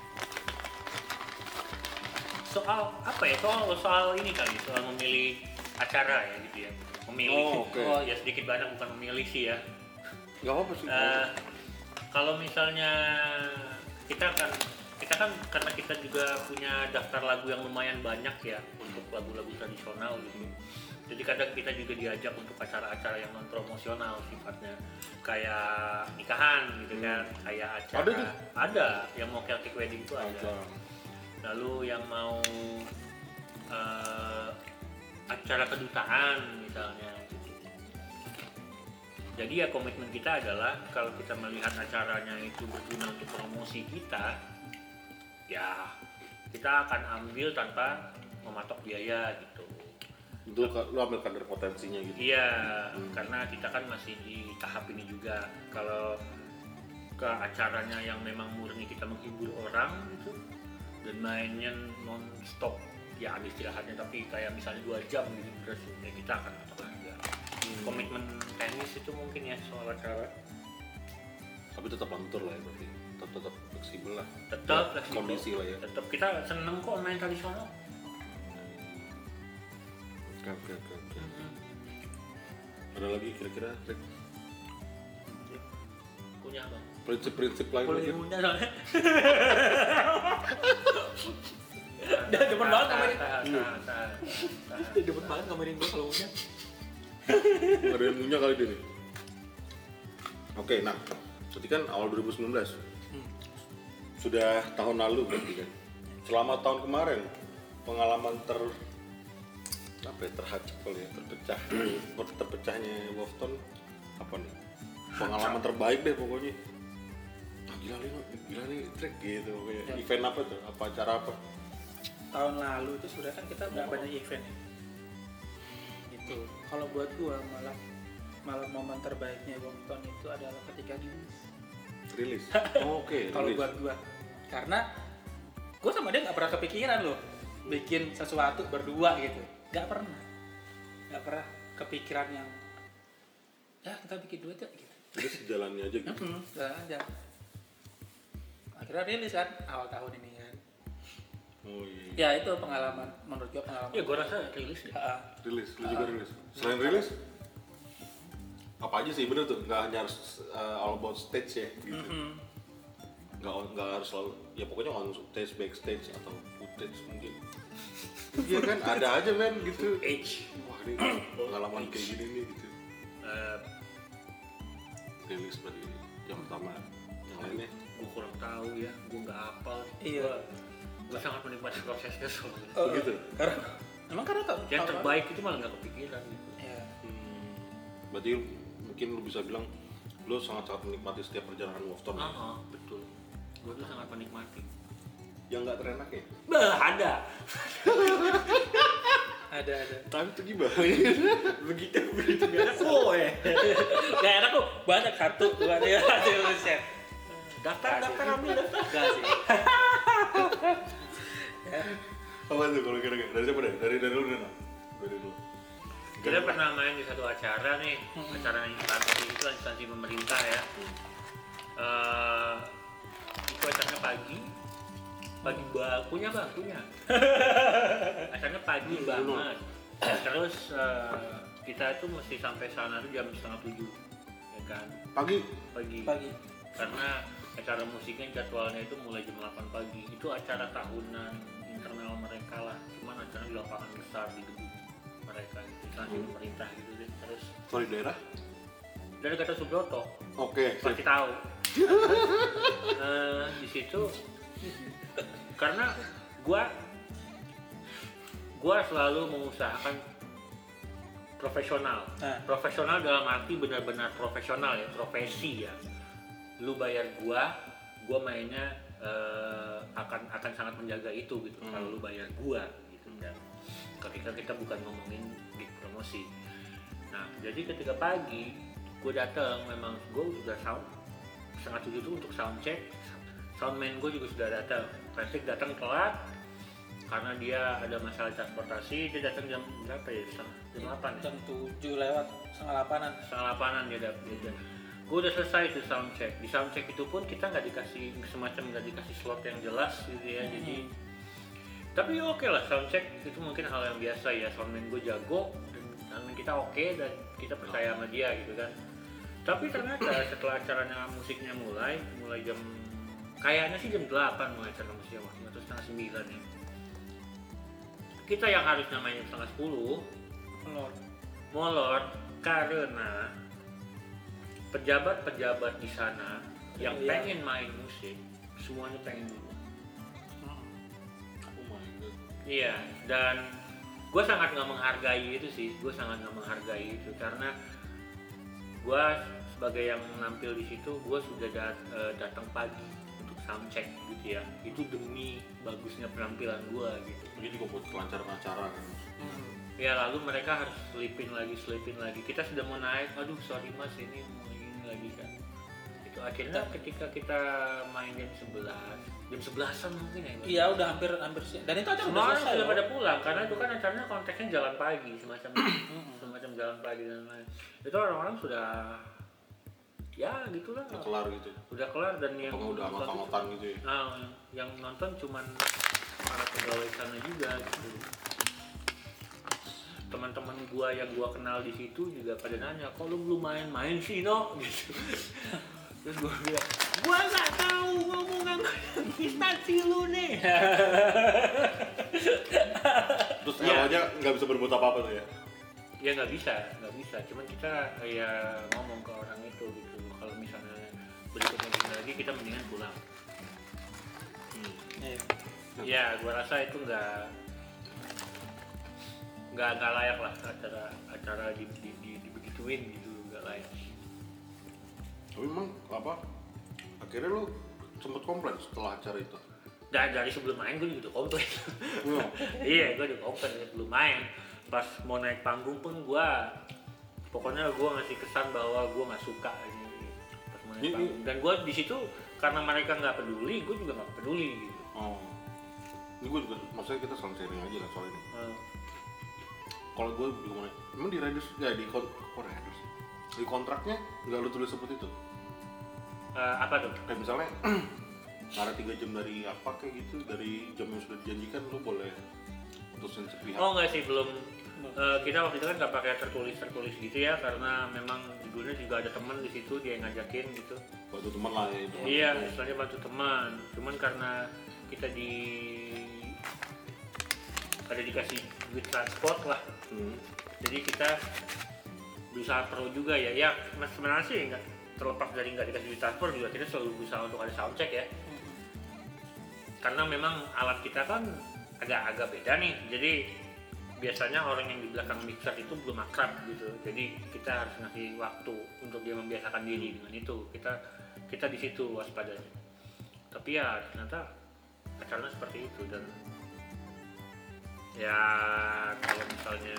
soal apa ya? Soal soal ini kali, soal memilih acara ya gitu ya. Memilih. Oh, oke. Oh, ya sedikit banyak bukan memilih sih ya. nggak apa sih Eh, kalau misalnya kita kan kita kan karena kita juga punya daftar lagu yang lumayan banyak ya untuk lagu-lagu tradisional gitu. Jadi kadang kita juga diajak untuk acara-acara yang non promosional sifatnya, kayak nikahan gitu kan, kayak acara Ada tuh? ada yang mau Celtic wedding itu ada. Ada. Lalu yang mau eh, acara kedutaan misalnya gitu. Jadi ya komitmen kita adalah kalau kita melihat acaranya itu berguna untuk promosi kita, ya kita akan ambil tanpa mematok biaya gitu. itu lo ambil kadar potensinya gitu Iya, karena kita kan masih di tahap ini juga. Kalau ke acaranya yang memang murni kita menghibur orang gitu dan mainnya non stop, ya ada istirahatnya tapi kayak misalnya dua jam gitu terus ya kita akan patok harga. Komitmen teknis itu mungkin ya soal acara. tapi tetap lentur lah ya berarti tetap tetap fleksibel lah Tetap Ya, fleksibel. kondisi lah ya Tetap kita seneng kok main tradisional. oke oke oke oke. Ada lagi kira-kira Rick? Punya bang. prinsip-prinsip lain Boleh mungkin diundang soalnya. Udah demen banget sama dia. Tahan, tahan, tahan, tahan. Dia demen banget ngomongin gue kalau punya. nggak ada yang punya kali dia nih oke nah berarti kan awal dua ribu sembilan belas Hmm. sudah tahun lalu berarti kan selama tahun kemarin pengalaman ter apa ya terhacip kali ya terpecah terpecahnya Wolfton apa nih pengalaman terbaik deh pokoknya ah, gila nih gila nih track gitu kayak Ya. event apa tuh apa acara apa Tahun lalu itu sudah kan kita nggak banyak event ya. Itu kalau buat gua malah malah momen terbaiknya Wolfton itu adalah ketika di rilis oh, oke kalau rilis. buat gua karena gua sama dia nggak pernah kepikiran loh bikin sesuatu berdua gitu, nggak pernah nggak pernah kepikiran yang ya kita bikin duet ya gitu. jadi sejalannya aja gitu Hmm, jalan aja. Akhirnya rilis kan awal tahun ini kan. oh iya Ya itu pengalaman menurut gua pengalaman. Ya gua rasa rilis deh. Ah, rilis lu juga rilis selain rilis apa aja sih bener tuh nggak hanya harus uh, all about stage ya gitu mhm. nggak nggak harus selalu ya pokoknya on stage, backstage atau footage mungkin. Iya kan ada aja men gitu. Age. Wah ini pengalaman kayak gini nih gitu. Uh, Rilis berarti yang pertama, yang lainnya gue kurang tahu ya, gue nggak hafal. Iya. Gue sangat menikmati prosesnya soalnya. Oh, begitu. Karena emang karena tau Yang terbaik itu malah nggak kepikiran gitu. Iya. Hmm, berarti mungkin lu bisa bilang lu sangat-sangat menikmati setiap perjalanan Wolfton. Ah, ah, betul. Gue tuh sangat menikmati. Yang nggak terenaknya? Bah, ada. Ada ada. Tapi itu gimana? begitu begitu nggak ada kowe. Gak enak kok, banyak kartu buat dia hasil riset. Daftar daftar ambil daftar. Gak sih. Ya. Apa tuh kalau kira-kira? Dari siapa deh? Dari dari lu deh, nah. Dari lu. Kita pernah main di satu acara nih, acara instansi itu instansi pemerintah ya. Uh, itu acaranya pagi, pagi ba- punya bang punya. Acaranya pagi banget. Terus uh, kita itu mesti sampai sana tuh jam setengah tujuh, ya kan? Pagi. Pagi. Pagi. Karena acara musiknya jadwalnya itu mulai jam delapan pagi. Itu acara tahunan internal mereka lah. Cuman acara di lapangan besar di gedung mereka gitu, instansi Hmm. pemerintah gitu deh. Terus Sorry daerah? dari kata Subroto Oke. pasti tahu. Eh, di situ karena gua gua selalu mengusahakan profesional. Nah. Profesional dalam arti benar-benar profesional ya, profesi ya. Lu bayar gua, gua mainnya eh, akan akan sangat menjaga itu gitu. Hmm. Kalau lu bayar gua gitu kan. Ketika kita bukan ngomongin gig promosi. Nah, jadi ketika pagi gue datang memang gue sudah sound setengah tujuh itu untuk sound check. Soundman gue juga sudah datang. Traffic datang telat karena dia ada masalah transportasi. Dia datang jam berapa ya? Setengah jam delapan ya? Jam tujuh lewat setengah delapanan. Setengah delapanan dia datang. Gue udah selesai itu sound check. Di sound check itu pun kita nggak dikasih semacam nggak dikasih slot yang jelas gitu ya. Hmm. Jadi tapi oke okay lah, sound check itu mungkin hal yang biasa ya. Soundman gue jago dan soundman kita oke okay, dan kita percaya sama dia gitu kan. Tapi ternyata setelah acaranya musiknya mulai mulai jam kayaknya sih jam delapan mulai acara musiknya waktu atau setengah sembilan ya. Kita yang harusnya main jam setengah sepuluh Molor. molor karena pejabat-pejabat di sana yang Iya. pengen main musik semuanya pengen dulu. Oh my god. Iya, dan gue sangat nggak menghargai itu sih, gue sangat nggak menghargai itu karena gue sebagai yang menampil di situ, gue sudah dat- eh, datang pagi untuk sound check gitu ya, itu demi bagusnya penampilan gue gitu. Ini juga buat kelancaran acara kan. Hmm. Ya lalu mereka harus selipin lagi, selipin lagi. Kita sudah mau naik, aduh sorry mas ini mau ini lagi kan. Itu akhirnya ketika kita main jam sebelas, jam sebelasan mungkin ya. Mas? Iya udah hampir hampir siang. Dan itu acara Semua udah orang selesai. sudah loh. pada pulang karena itu kan acaranya konteksnya jalan pagi semacam semacam jalan pagi dan lain. Itu orang-orang sudah ya gitulah. Udah kelar gitu. Udah kelar dan yang Pokoknya udah nonton anggot-anggotan gitu ya. Nah, yang nonton cuman para pegawai sana juga gitu. Teman-teman gua yang gua kenal di situ juga pada nanya, kok lu belum main-main sih no? Gitu. Terus gua bilang, gua nggak tahu ngomong sama instansi lu nih. Terus Ya. awalnya nggak bisa berbuat apa-apa tuh ya? Ya nggak bisa, nggak bisa. Cuman kita ya ngomong ke orang itu gitu. Kalau misalnya berikutnya gini lagi kita mendingan pulang. Hmm. Iya. Ya, gua rasa itu nggak nggak nggak layak lah acara acara di, di, di, dibegituin gitu, nggak layak. Tapi emang apa? Akhirnya lu sempet komplain setelah acara itu. Dan dari sebelum main gue juga udah komplain. Wah. Iya, gue udah komplain dari sebelum main. Pas mau naik panggung pun gue, pokoknya gue ngasih kesan bahwa gue nggak suka ini pas mau naik Ini- panggung. Dan gue di situ karena mereka nggak peduli, gue juga nggak peduli gitu. Oh. Ini gue juga, maksudnya kita saling sharing aja lah soal ini. Hmm. Kalau gue bingung, emang di Riders, ya di kon, kok Riders? Di kontraknya nggak lu tulis seperti itu? Eh, apa tuh? Kayak misalnya, ada tiga jam dari apa kayak gitu, dari jam yang sudah dijanjikan lu boleh putusin sepihak. Oh enggak sih, belum uh, kita waktu itu kan nggak pakai tertulis tertulis gitu ya, karena memang judulnya juga ada teman di situ dia yang ngajakin gitu. Bantu teman lah ya itu. Iya, misalnya bantu teman. Cuman karena kita di ada dikasih duit transport lah, Hmm. jadi kita berusaha pro juga ya. Ya, mas sebenarnya sih nggak terlepas dari nggak dikasih duit transport juga kita selalu berusaha untuk ada soundcheck ya. Karena memang alat kita kan agak-agak beda nih, jadi biasanya orang yang di belakang mixer itu belum akrab gitu, jadi kita harus ngasih waktu untuk dia membiasakan diri dengan itu. Kita kita di situ waspadanya. Tapi ya ternyata acaranya seperti itu, dan ya kalau misalnya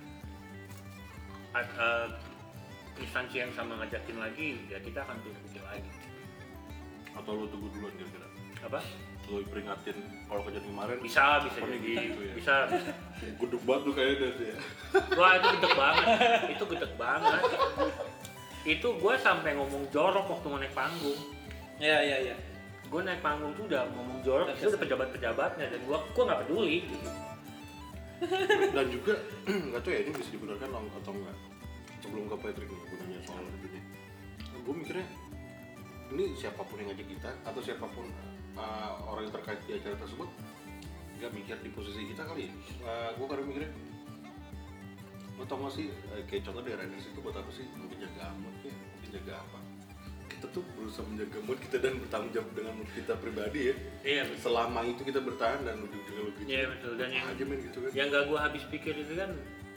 uh, instansi yang sama ngajakin lagi, ya kita akan pikir lagi. Atau lu tunggu duluan kira-kira? Apa? Lu peringatin kalau kejadian kemarin? Bisa, bisa Pernah jadi, gitu ya? bisa, bisa. Gudeg banget tuh kayaknya sih ya. Wah itu gedek banget, itu gedek banget. Itu gue sampai ngomong jorok waktu mau naik panggung. Iya iya iya. Gue naik panggung tuh udah ngomong jorok, itu udah pejabat-pejabatnya, dan gue gue nggak peduli. Gitu. Dan juga nggak tahu ya ini bisa digunakan atau enggak. Sebelum ke Patrick nih gunanya soal ini. Gue mikirnya ini siapapun yang ngajak kita atau siapapun uh, orang yang terkait di acara tersebut nggak mikir di posisi kita kali ya. Uh, gue kadang mikirnya, lo tau gak sih uh, kayak contoh daerah di situ buat apa sih? Mungkin jaga mood ya, mungkin jaga apa? Kita tuh berusaha menjaga mood kita dan bertanggung jawab dengan mood kita pribadi ya. Iya betul. Selama itu kita bertahan dan ujung-ujungnya lo gitu. Iya betul. Dan yang aja men gitu kan. yang gak gue habis pikir itu kan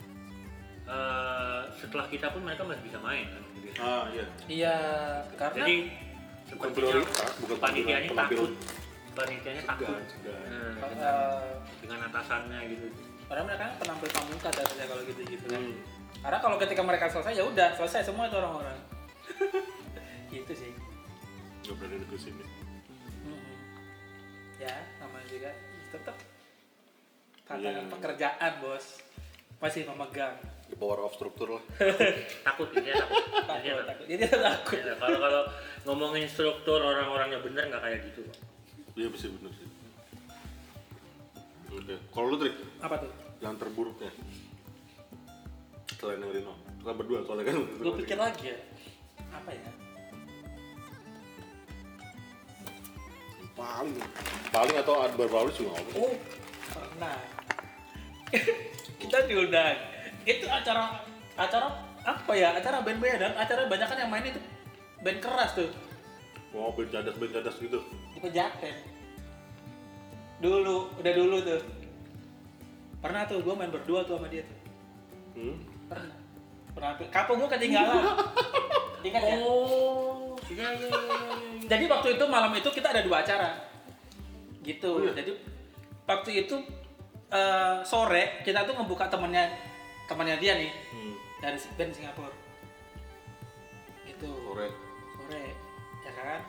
uh, setelah kita pun mereka masih bisa main kan. Gitu. Ah iya. Iya, karena Jadi Bukan sepertinya prioritas, bukan panitianya penampilan. takut, panitianya takut Segan, segan. Nah, uh, dengan, dengan atasannya gitu. padahal mereka kan penampil pamungkas harusnya kalau gitu gitu kan. Hmm. Karena kalau ketika mereka selesai ya udah selesai semua itu orang-orang. Gitu sih. Gak berani negesin ya. Mm-mm. Ya, namanya juga tetap Iya. tantangan pekerjaan bos, masih memegang. The power of struktur lah. Takut ini takut. Takut, Intinya takut. Jadi takut. Ya, kalau kalau ngomongin struktur orang-orangnya bener nggak kayak gitu. Iya bisa bener sih. Oke, kalau lu Trik, Apa tuh? yang terburuknya selain yang Rino, kita berdua soalnya kan. Gue pikir lagi ya, apa ya? Paling, paling atau ada beberapa juga nggak apa. Oh, pernah. Kita diundang. Itu acara acara apa ya? Acara band-band dan acara banyak kan yang main itu band keras tuh Mau band cadas band cadas gitu. di Pejaten. Dulu, udah dulu tuh. Pernah tuh gue main berdua tuh sama dia tuh. Hmm? Pernah. Pernah. Kapo gue ketinggalan. Ingat ya? Oh, iya iya iya. Jadi waktu itu malam itu kita ada dua acara. Gitu. Oh, iya? Jadi waktu itu eh, sore kita tuh ngebuka temennya temannya dia nih Hmm. dari band Singapura. Gitu. Sore. Sore, ya kan?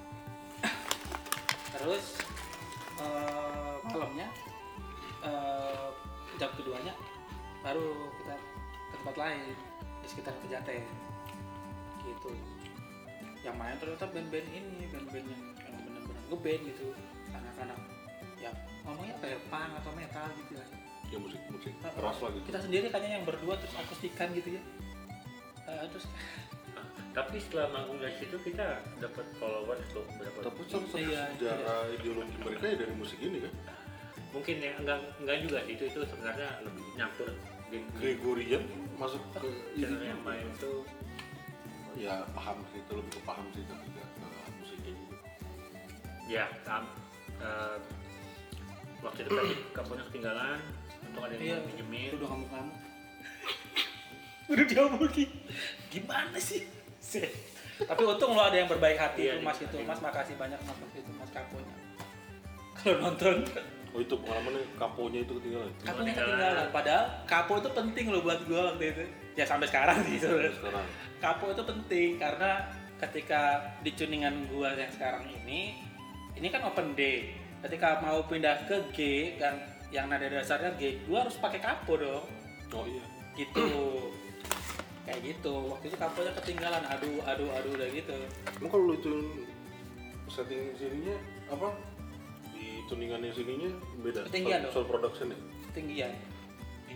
Terus eh, malamnya eh, jam keduanya baru kita ke tempat lain di sekitar Pejaten. Gitu. Yang main ternyata band-band ini, band-band yang, yang benar-benar ngeband gitu, anak-anak yang ngomongnya kayak punk atau metal gitu lah. Ya musik musik keras lah gitu. Kita sendiri kayaknya yang berdua terus akustikan gitu ya. Uh, terus Tapi setelah manggung dari situ kita dapat followers tuh berapa? Tapi salah satu Iya, sejarah ideologi mereka ya dari musik ini kan. Mungkin ya enggak enggak juga sih, itu itu sebenarnya lebih nyampur game Gregorian masuk ke channel ini. yang main itu. Ya paham sih, itu lebih ke paham sih tapi nggak ke musiknya gitu. Ya, tam, eh, waktu itu tadi kaponya ketinggalan untuk ada iya, yang mau pinjemin. udah kamu-kamu. Udah diomongin. Gimana sih? Tapi untung lo ada yang berbaik hati Iya, itu Mas iya. itu. Mas makasih banyak Mas waktu itu Mas Kaponya. Kalau nonton Oh itu pengalamannya kaponya itu ketinggalan. Kaponya Ketinggalan. ketinggalan. Padahal Kapo itu penting loh buat gue waktu itu. Ya sampai sekarang sih sebenarnya. Sekarang. Kapo itu penting karena ketika di tuningan gua yang sekarang ini, ini kan open D. Ketika mau pindah ke G yang yang nada dasarnya G, gua harus pakai kapo dong. Oh iya. Gitu. Kayak gitu. Waktu itu kaponya ketinggalan. Aduh, aduh, aduh udah gitu. Emang kalau lu itu setting sininya apa? Di tuningannya sininya beda. Ketinggian sound, dong. sound production ya. Ketinggian. Ini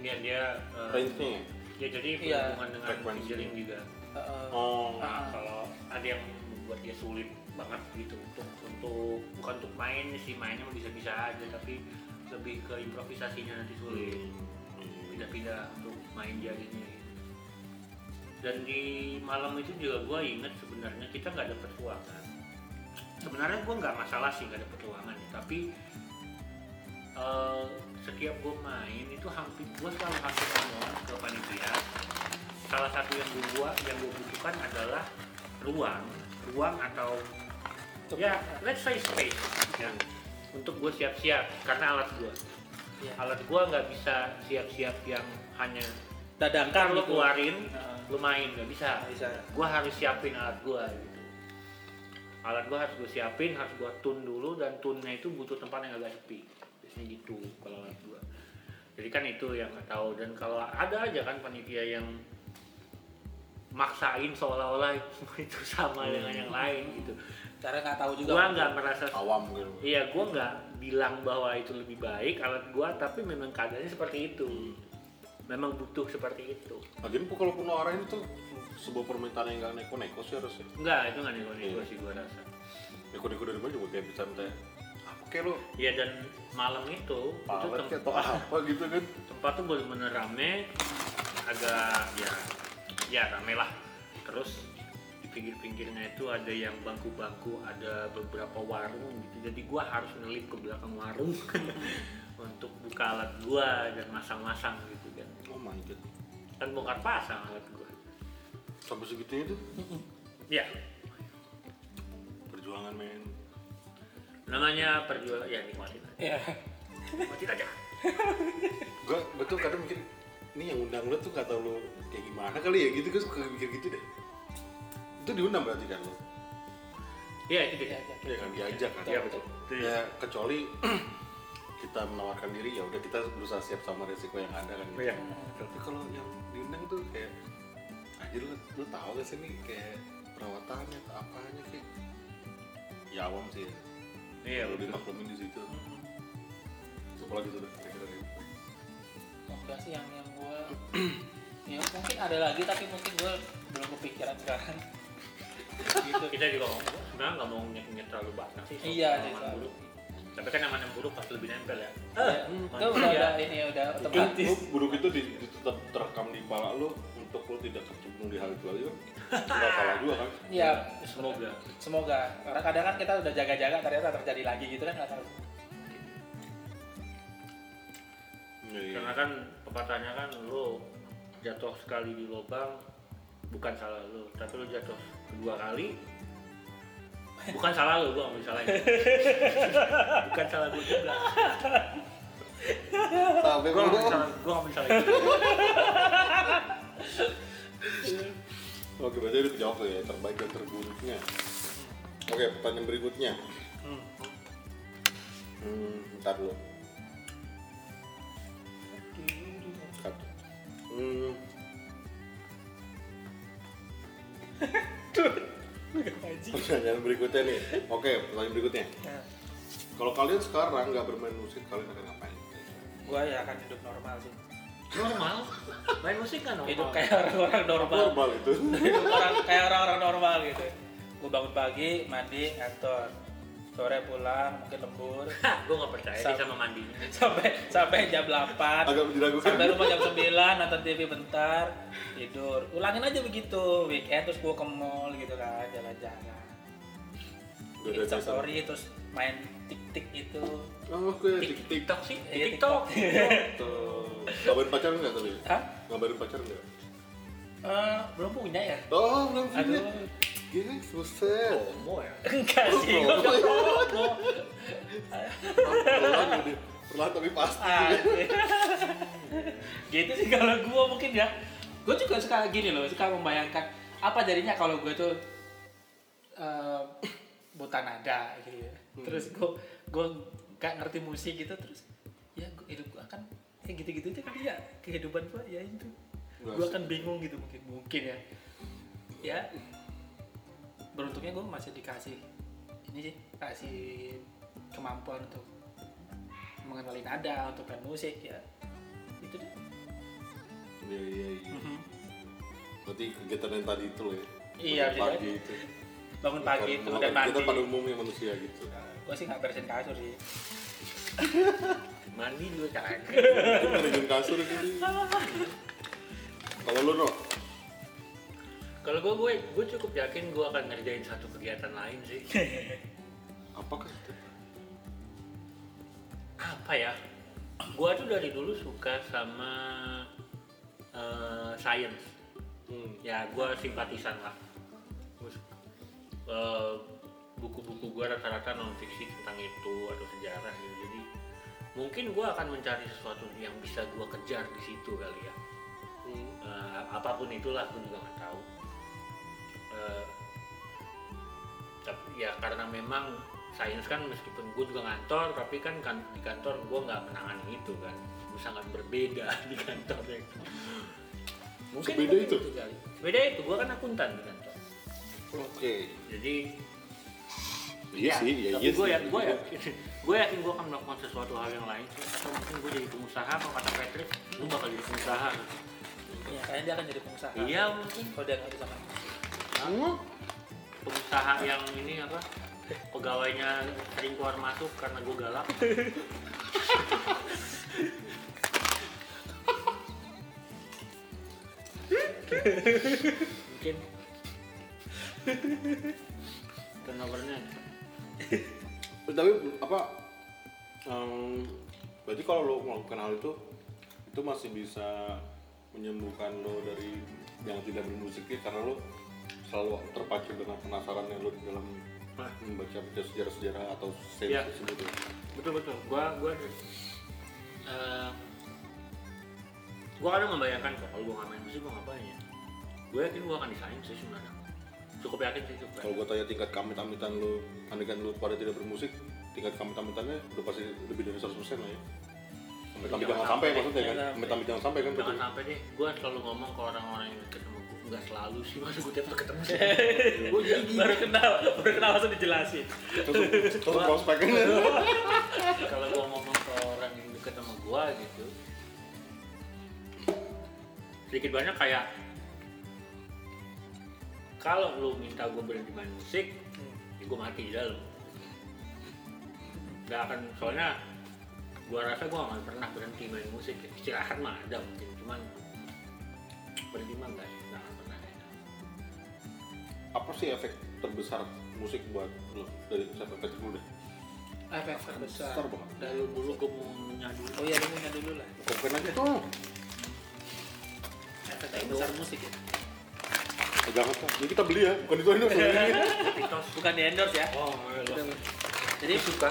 biar dia uh, range-nya. ya jadi Iya. berhubungan dengan Frekuensi. fingering juga. Uh, Oh. Nah, kalau ada yang membuat dia sulit banget gitu untuk untuk bukan untuk main sih, mainnya mah bisa-bisa aja, tapi lebih ke improvisasinya nanti sulit. Pindah-pindah untuk main jarinya gitu. Dan di malam itu juga gue inget sebenarnya kita nggak dapet ruangan. Sebenarnya gue nggak masalah sih nggak dapet ruangan ya, tapi uh, setiap gue main itu hampir gue selalu hampir ngomong ke panitia, salah satu yang gue yang gue butuhkan adalah ruang, ruang atau ya let's say space ya, untuk gue siap-siap karena alat gue. Iya. Alat gua nggak bisa siap-siap yang hanya dadakan ntar lu gitu. keluarin, Heeh. lu main, nggak bisa. Nggak bisa. Gua harus siapin alat gua gitu. Alat gua harus gua siapin, harus gua tune dulu, dan tune-nya itu butuh tempat yang agak sepi. Biasanya gitu kalau alat gua. Jadi kan itu yang nggak tahu. Dan kalau ada aja kan panitia yang maksain seolah-olah itu sama Hmm. dengan yang lain gitu. Cara nggak tahu juga. Gua nggak merasa Awam gitu. Iya, gue nggak bilang bahwa itu lebih baik alat gue, tapi memang keadaannya seperti itu. Memang butuh seperti itu. Lagian pun kalaupun lo arahin itu sebuah permintaan yang nggak neko-neko sih harusnya. Enggak, itu nggak nego-nego Iya. sih gue rasa. Neko-neko dari mana juga kayak bisa minta apa kayak lo Iya, dan malam itu itu palet kayak atau tempat apa gitu kan. tempat tuh bener-bener rame, agak ya ya rame lah. Terus di pinggir-pinggirnya itu ada yang bangku-bangku, ada beberapa warung gitu. Jadi gue harus ngelip ke belakang warung untuk buka alat gue dan masang-masang gitu kan. Oh my god. Kan bongkar pasang alat gue. Sampai segitunya tuh Ya, perjuangan men. namanya perjuangan ya, nikmatin aja. Iya. Nikmatin aja. Gue betul kadang mikir ini yang undang lo tuh nggak tahu lo kayak gimana kali ya gitu, gue suka mikir gitu deh. Itu diundang berarti kan lo? Iya, itu dia. Ya kan diajak kan. Iya, betul. Itu dia. Ya kecuali kita menawarkan diri ya udah kita berusaha siap sama resiko yang ada kan. Gitu. Iya. Tapi kalau yang diundang tuh kayak anjir lo, lo tahu gak sih nih kayak perawatannya atau apanya kayak ya awam sih ya. Iya, Lo betul. dimaklumin di situ. Sekolah gitu deh kira-kira gitu. Enggak sih yang yang gue ya mungkin ada lagi tapi mungkin gue belum kepikiran sekarang. Gitu. Kita juga ngomong, sebenarnya nggak mau nyet-nyet terlalu banyak sih. soal Iya, pengalaman sih, buruk. Tapi kan yang mana buruk pasti lebih nempel ya. Ya, itu udah Iya. ada ini ya udah Mungkin otomatis. lu buruk itu di, di, tetap terekam di kepala lu untuk lu tidak kecemplung di hal itu lagi kan nggak salah juga kan. Iya, Semoga. semoga. Karena kadang kan kita udah jaga-jaga ternyata terjadi lagi gitu kan nggak tahu. Iya, iya. Karena kan pepatahnya kan lo jatuh sekali di lubang bukan salah lo, tapi lo jatuh kedua kali bukan salah lo, gue nggak bisa salahin. Bukan salah gue juga. Sampai Gue nggak gua- bisa, gue nggak bisa salahin. Oke, berarti udah dijawab tuh ya, terbaik dan terburuknya. Oke, pertanyaan berikutnya. Hmm. Hmm, bentar dulu. Cut. Hmm, pertanyaan berikutnya nih. Oke, pertanyaan berikutnya. Nah, Kalau kalian sekarang nggak bermain musik, kalian akan ngapain? gue ya akan hidup normal sih. Normal, main musik kan normal. Hidup kayak orang-orang normal. Normal itu. Hidup orang kayak orang-orang normal gitu. Gue bangun pagi, mandi, kantor. Sore pulang, mungkin lembur. Gue nggak percaya sih Sam- sama mandinya. sampai sampai jam delapan. Agak diragukan. Sampai rumah jam sembilan, nonton T V bentar, tidur. Ulangin aja begitu. Weekend terus gue ke mall gitu kan, jalan-jalan. Udah ada Insta jasa. story terus main tik-tik itu. Oh, oke, tik tik. TikTok sih, Iya, TikTok. Tuh. Ngabarin pacar nggak tadi? Hah? Ngabarin pacar nggak? Eh, belum punya ya? Oh, belum punya. Aduh, Gini, buset. Promo ya. enggak sih. Oh, Gua iya. nggak promo. Perlahan udah. Perlahan tapi pasti. Ah, gitu sih kalau gue mungkin ya. Gue juga suka gini loh, suka membayangkan apa jadinya kalau gue tuh eh, buta nada gitu ya. Terus gue gue gak ngerti musik gitu, terus ya gua, hidup gue akan kayak gitu-gitu aja kali ya, kehidupan gue ya itu. Nggak Gue sih. akan bingung gitu mungkin mungkin ya. Ya beruntungnya gue masih dikasih ini sih, kasih kemampuan untuk mengenali nada, untuk main musik ya. Itu deh. Iya iya iya. Mhm. Berarti kegiatan yang tadi itu loh ya. Iya, Bangun pagi bisa. itu. Bangun pagi Bukan- itu bukan dan mandi. Kita pada umumnya manusia gitu. Gue sih nggak beresin kasur sih. Mandi juga kagak. Ngerjain kasur gitu. Kalau lu no, Kalau gue, gue, gue cukup yakin gue akan ngerjain satu kegiatan lain sih. apakah itu? Apa ya? Gue tuh dari dulu suka sama uh, science. Hmm. Ya, gue simpatisan lah. Terus, uh, buku-buku gue rata-rata non fiksi tentang itu atau sejarah gitu. Jadi mungkin gue akan mencari sesuatu yang bisa gue kejar di situ kali ya. Hmm. Uh, apapun itulah, gue juga nggak tahu. Uh, tapi ya karena memang sains kan meskipun gue juga ngantor, tapi kan, kan di kantor gue nggak menangani itu kan, gue sangat berbeda di kantornya. Mungkin Sebeda itu? kali. Beda itu, gue kan akuntan di kantor. Oke. Jadi Iya sih, iya tapi iya gue sih. ya, gue yakin, gue yakin gue akan melakukan sesuatu hal yang lain sih. Atau mungkin gue jadi pengusaha, apa kata Patrick, gue bakal jadi pengusaha. Iya, kayaknya dia akan jadi pengusaha. Iya mungkin Kalau dia nggak bisa main. Hmm. pengusaha yang ini apa, pegawainya sering keluar masuk karena gue galak. Mungkin turnovernya. Tapi apa? Um, berarti kalau lo melakukan hal itu, itu masih bisa menyembuhkan lo dari yang tidak bermusik karena lo selalu terpacu dengan penasaran yang lo di dalam membaca sejarah-sejarah atau sains Ya. tersebut. Ya. Betul betul. Gua gua uh, gua kadang membayangkan kok kalau gua nggak main musik gua ngapain ya. Gua yakin gua akan di sains sih sebenarnya. Cukup yakin sih cukup. Kalau gue tanya tingkat kamit-amitan lo, andaikan lo pada tidak bermusik, tingkat kamit-amitannya udah pasti lebih dari seratus persen lah ya. Amit-amit Jangan jangan sampai sampai, maksudnya kan? jangan Amit-amit jangan sampai kan? Jangan betul. sampai deh. Gua selalu ngomong ke orang-orang yang deket sama gua. Enggak selalu sih, masa gua tiap kali ketemu sih. Gua jadi gini. Baru kenal, baru kenal langsung dijelasin. Terus terus prospeknya. Kalau gua ngomong ke orang yang deket sama gua gitu, sedikit banyak kayak kalau lu minta gua berhenti main musik, ya gua mati di dalam. Gak akan, soalnya gua rasa gua gak akan pernah berhenti main musik. Istirahat mah ada mungkin, cuman berhenti mah enggak, gak akan pernah. Apa sih efek terbesar musik buat lo dari sampai Patrick dulu deh? Efek terbesar. Besar banget. Dari dulu gua mau nyadu. Oh iya, dulu dulu lah. Komen aja tuh. Efek terbesar musik ya. Eh, jangan tuh. Jadi kita beli ya, bukan itu ini. Titos. Bukan di endorse ya. Oh, Kita- iya. Jadi Suka.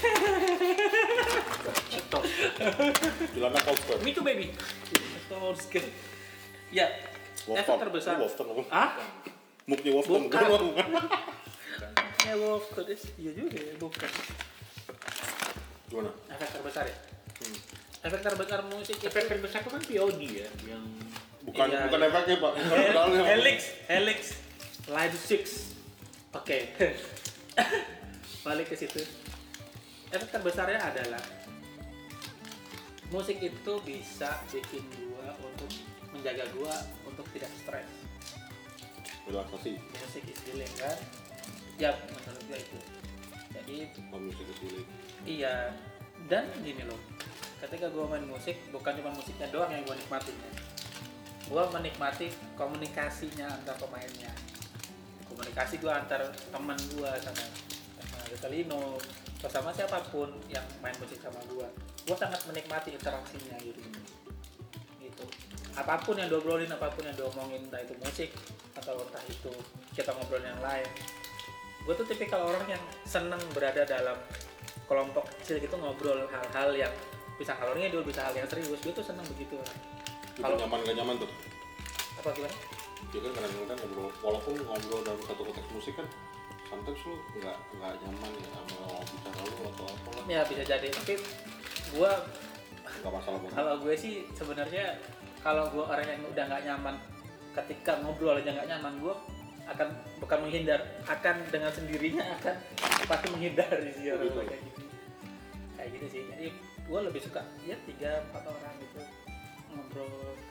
Titos. Celana Wolfton. Me too baby. endorse ke. Ya, efek terbesar. Wolfton. Ah? Muknya Wolfton. Bukan. Bukan. Ya, Wolfton. Iya juga ya, bukan. Gimana? Efek terbesar ya. Hmm. Efek terbesar musik itu Efek terbesar itu kan P O D ya, yang Bukan Iya, bukan iya. efeknya pak. Bukan Hel- pedalnya. Helix, Helix, Live Six. Oke. Balik ke situ. Efek terbesarnya adalah musik itu bisa bikin gua untuk menjaga gua untuk tidak stres. Relaksasi. Musik is healing kan? Ya, menurut gua itu. Jadi Oh, musik kecil. iya, dan gini loh. Ketika gua main musik, bukan cuma musiknya doang yang gua nikmatin ya. Gua menikmati komunikasinya antar pemainnya. Komunikasi gua antar teman gua sama sama Ritalino atau sama siapapun yang main musik sama gua. Gua sangat menikmati interaksinya gitu. Gitu. Apapun yang diobrolin, apapun yang diomongin, entah itu musik atau entah itu kita ngobrol yang lain. Gue tuh tipikal orang yang seneng berada dalam kelompok kecil gitu, ngobrol hal-hal yang bisa ngalor ngidul, bisa hal yang serius. Gue tuh seneng begitu orang. Itu Kalau- nyaman gak nyaman tuh. Apa gimana? Ya kan kadang-kadang kan ngobrol, walaupun ngobrol dalam satu konteks musik kan, sometimes lu nggak nggak nyaman ya sama lawan bicara lu atau apa lah. Ya bisa jadi. Tapi gue Nggak masalah banget. kalau gue sih sebenarnya kalau gue orang yang udah nggak nyaman ketika ngobrol aja nggak nyaman, gue akan bukan menghindar, akan dengan sendirinya akan pasti menghindari sih orang Begitu. kayak gitu. Kayak gitu sih. Jadi gue lebih suka ya tiga empat orang gitu ngobrol santai.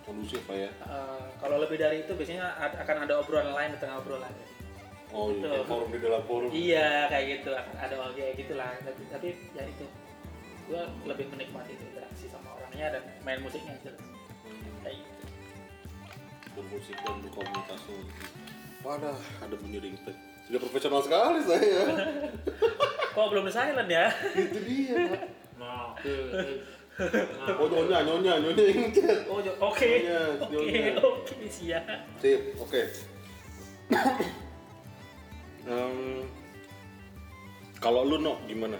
kondusif lah ya. Uh, kalau lebih dari itu biasanya ad- akan ada obrolan lain di tengah obrolan. Oh iya, Betul. forum di dalam forum. Iya kayak gitu, akan ada kayak gitulah. Tapi, tapi ya itu, gue lebih menikmati itu interaksi sama orangnya dan main musiknya jelas. Hmm. Kayak gitu. Bermusik dan berkomunikasi. Wadah, ada bunyi ringtone. Sudah profesional sekali saya. Kok belum silent ya? Itu dia. Nah, Oh nyonya, nyonya, nyonya yang chat. Oh jo- oke, Nyonya, oke, nyonya. oke siap. Sip, oke. Em, kalau lu no gimana?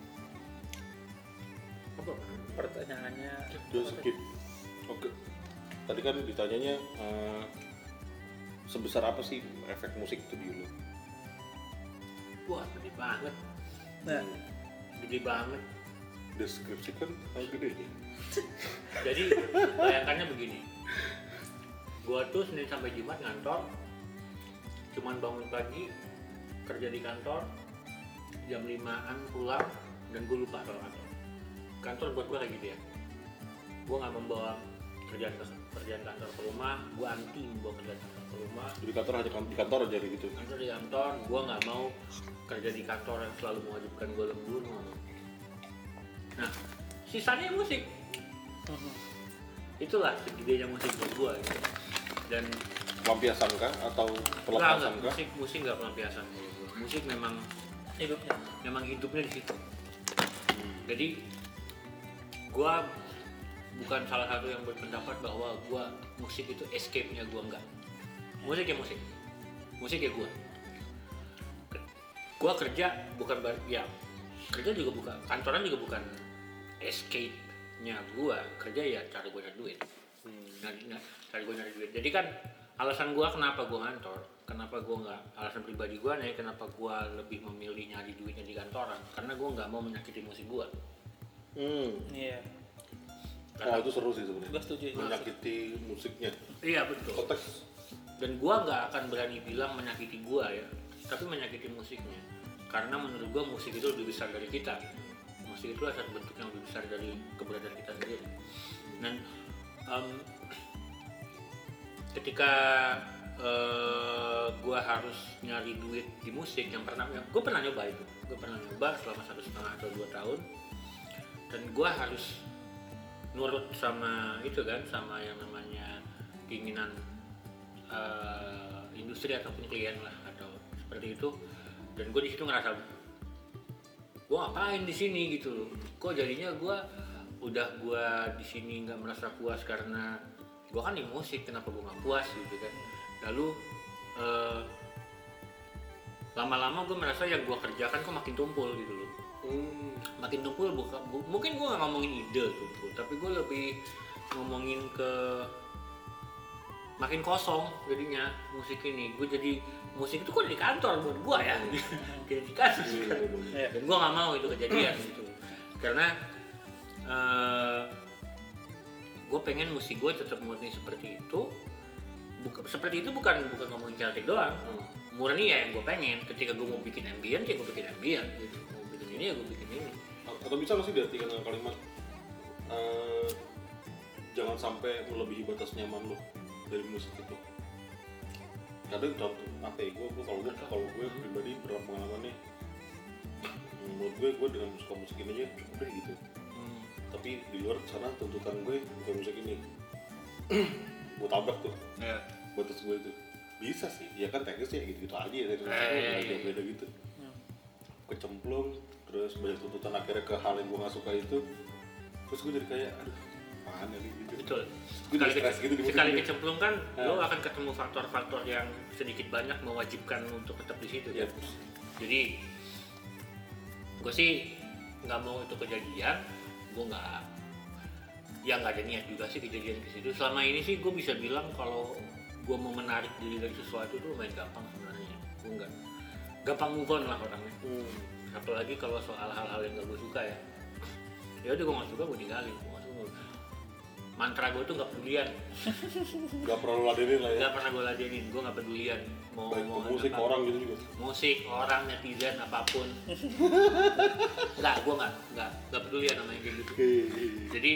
apa? Pertanyaannya. Dia skip. Oke. Tadi kan ditanyanya eh, sebesar apa sih efek musik itu di lu? Wah, gede banget, Nah, gede banget. Deskripsikan hal gedenya. Jadi bayangkannya begini, gua tuh Senin sampai Jumat ngantor, cuman bangun pagi, kerja di kantor, jam limaan pulang, dan gue lupa kalau kantor. Kantor buat gua kayak gitu ya. Gua nggak membawa kerjaan kerjaan kantor ke rumah, gua anti membawa kerjaan kantor ke rumah. Di kantor hanya di kantor aja gitu. Kantor di kantor, gua nggak mau kerja di kantor yang selalu mewajibkan gua lembur. Nah, sisanya musik. Itulah segedenya musik buat gua gitu. Dan Pelampiasan kah atau enggak, pelepasan enggak, kah? musik musik nggak pelampiasan menurut gua. Musik memang hidupnya. memang hidupnya di situ. Jadi gua bukan salah satu yang berpendapat bahwa gua musik itu escape-nya gua, enggak. Musik ya musik. Musik ya gua. Ke- Gua kerja bukan bar- ya kerja juga bukan, kantoran juga bukan escape-nya gua. Kerja ya cari gua nyari duit. Nyari, nyari, cari gua nyari duit. Jadi kan alasan gua kenapa gua ngantor, kenapa gua nggak, alasan pribadi gua nih kenapa gua lebih memilih nyari duitnya di kantoran, karena gua nggak mau menyakiti musik gua. Hmm. Iya, Oh itu seru sih sebenarnya. gue setuju. Menyakiti musiknya. Iya betul. Konteks. Dan gua nggak akan berani bilang menyakiti gua ya, tapi menyakiti musiknya. Karena menurut gua musik itu lebih besar dari kita. Musik itu adalah bentuk yang lebih besar dari keberadaan kita sendiri. Dan em, ketika uh, gua harus nyari duit di musik, yang pernah, gua pernah nyoba itu. Gua pernah nyoba selama satu setengah atau dua tahun. Dan gua harus nurut sama itu kan, sama yang namanya keinginan uh, industri ataupun klien lah atau seperti itu. Dan gue di situ ngerasa gue ngapain di sini gitu loh, kok jadinya gue udah gue di sini nggak merasa puas karena gue kan di musik, kenapa gue nggak puas gitu kan. Lalu uh, lama-lama gue merasa yang gue kerjakan kok makin tumpul gitu loh. Hmm. Makin tumpul buka, bu, mungkin gue nggak ngomongin ide tumpul, tapi gue lebih ngomongin ke makin kosong jadinya musik ini. Gue jadi musik itu kok di kantor buat gue ya, kayak di kasus kan. Dan gue nggak mau itu kejadian gitu, karena uh, gue pengen musik gue tetap murni seperti itu. Buka, seperti itu bukan bukan ngomongin Celtic doang, murni ya yang gue pengen. Ketika gue mau bikin ambient ya gue bikin ambient gitu, mau bikin ini ya gue bikin ini. Atau bisa nggak sih diartikan dengan kalimat uh, jangan sampai melebihi batas nyaman lo dari musik itu. Kadang contoh apa ya, gue kalau gue kalau gue pribadi pernah pengalaman nih, menurut gue gue dengan suka musik ini aja udah gitu. Hmm. Tapi di luar sana tuntutan gue bukan musik ini. Gue tabrak tuh Ya. batas gue itu. Bisa sih, ya kan teknisnya gitu-gitu aja ya, teknisnya Eh, beda beda gitu. Kecemplung, terus banyak tuntutan akhirnya ke hal yang gue nggak suka itu. Terus gue jadi kayak aduh apaan ya gitu. Betul. Gue Sekali, jadi stres gitu di musik sekali gue. kecemplung kan, Ah. lo akan ketemu faktor-faktor yang sedikit banyak mewajibkan untuk tetap di situ. Iya. Kan? Jadi, gue sih nggak mau itu kejadian. Gue nggak, ya nggak ada niat juga sih kejadian ke situ. Selama ini sih gue bisa bilang kalau gue mau menarik diri dari sesuatu itu lumayan gampang sebenarnya. Gue nggak gampang move on lah orangnya. Hmm. Apalagi kalau soal hal-hal yang gak gue suka ya. Ya udah gue nggak suka gue tinggalin. Gue nggak suka. Mantra gue tuh nggak pedulian. Gak pernah lu ladenin lah ya. Gak pernah gue ladenin, gue gak pedulian mau Baik mau ke musik apa. orang gitu juga. Musik, orang, netizen, apapun. Enggak, gue gak, gak, gak pedulian sama yang kayak gitu. Jadi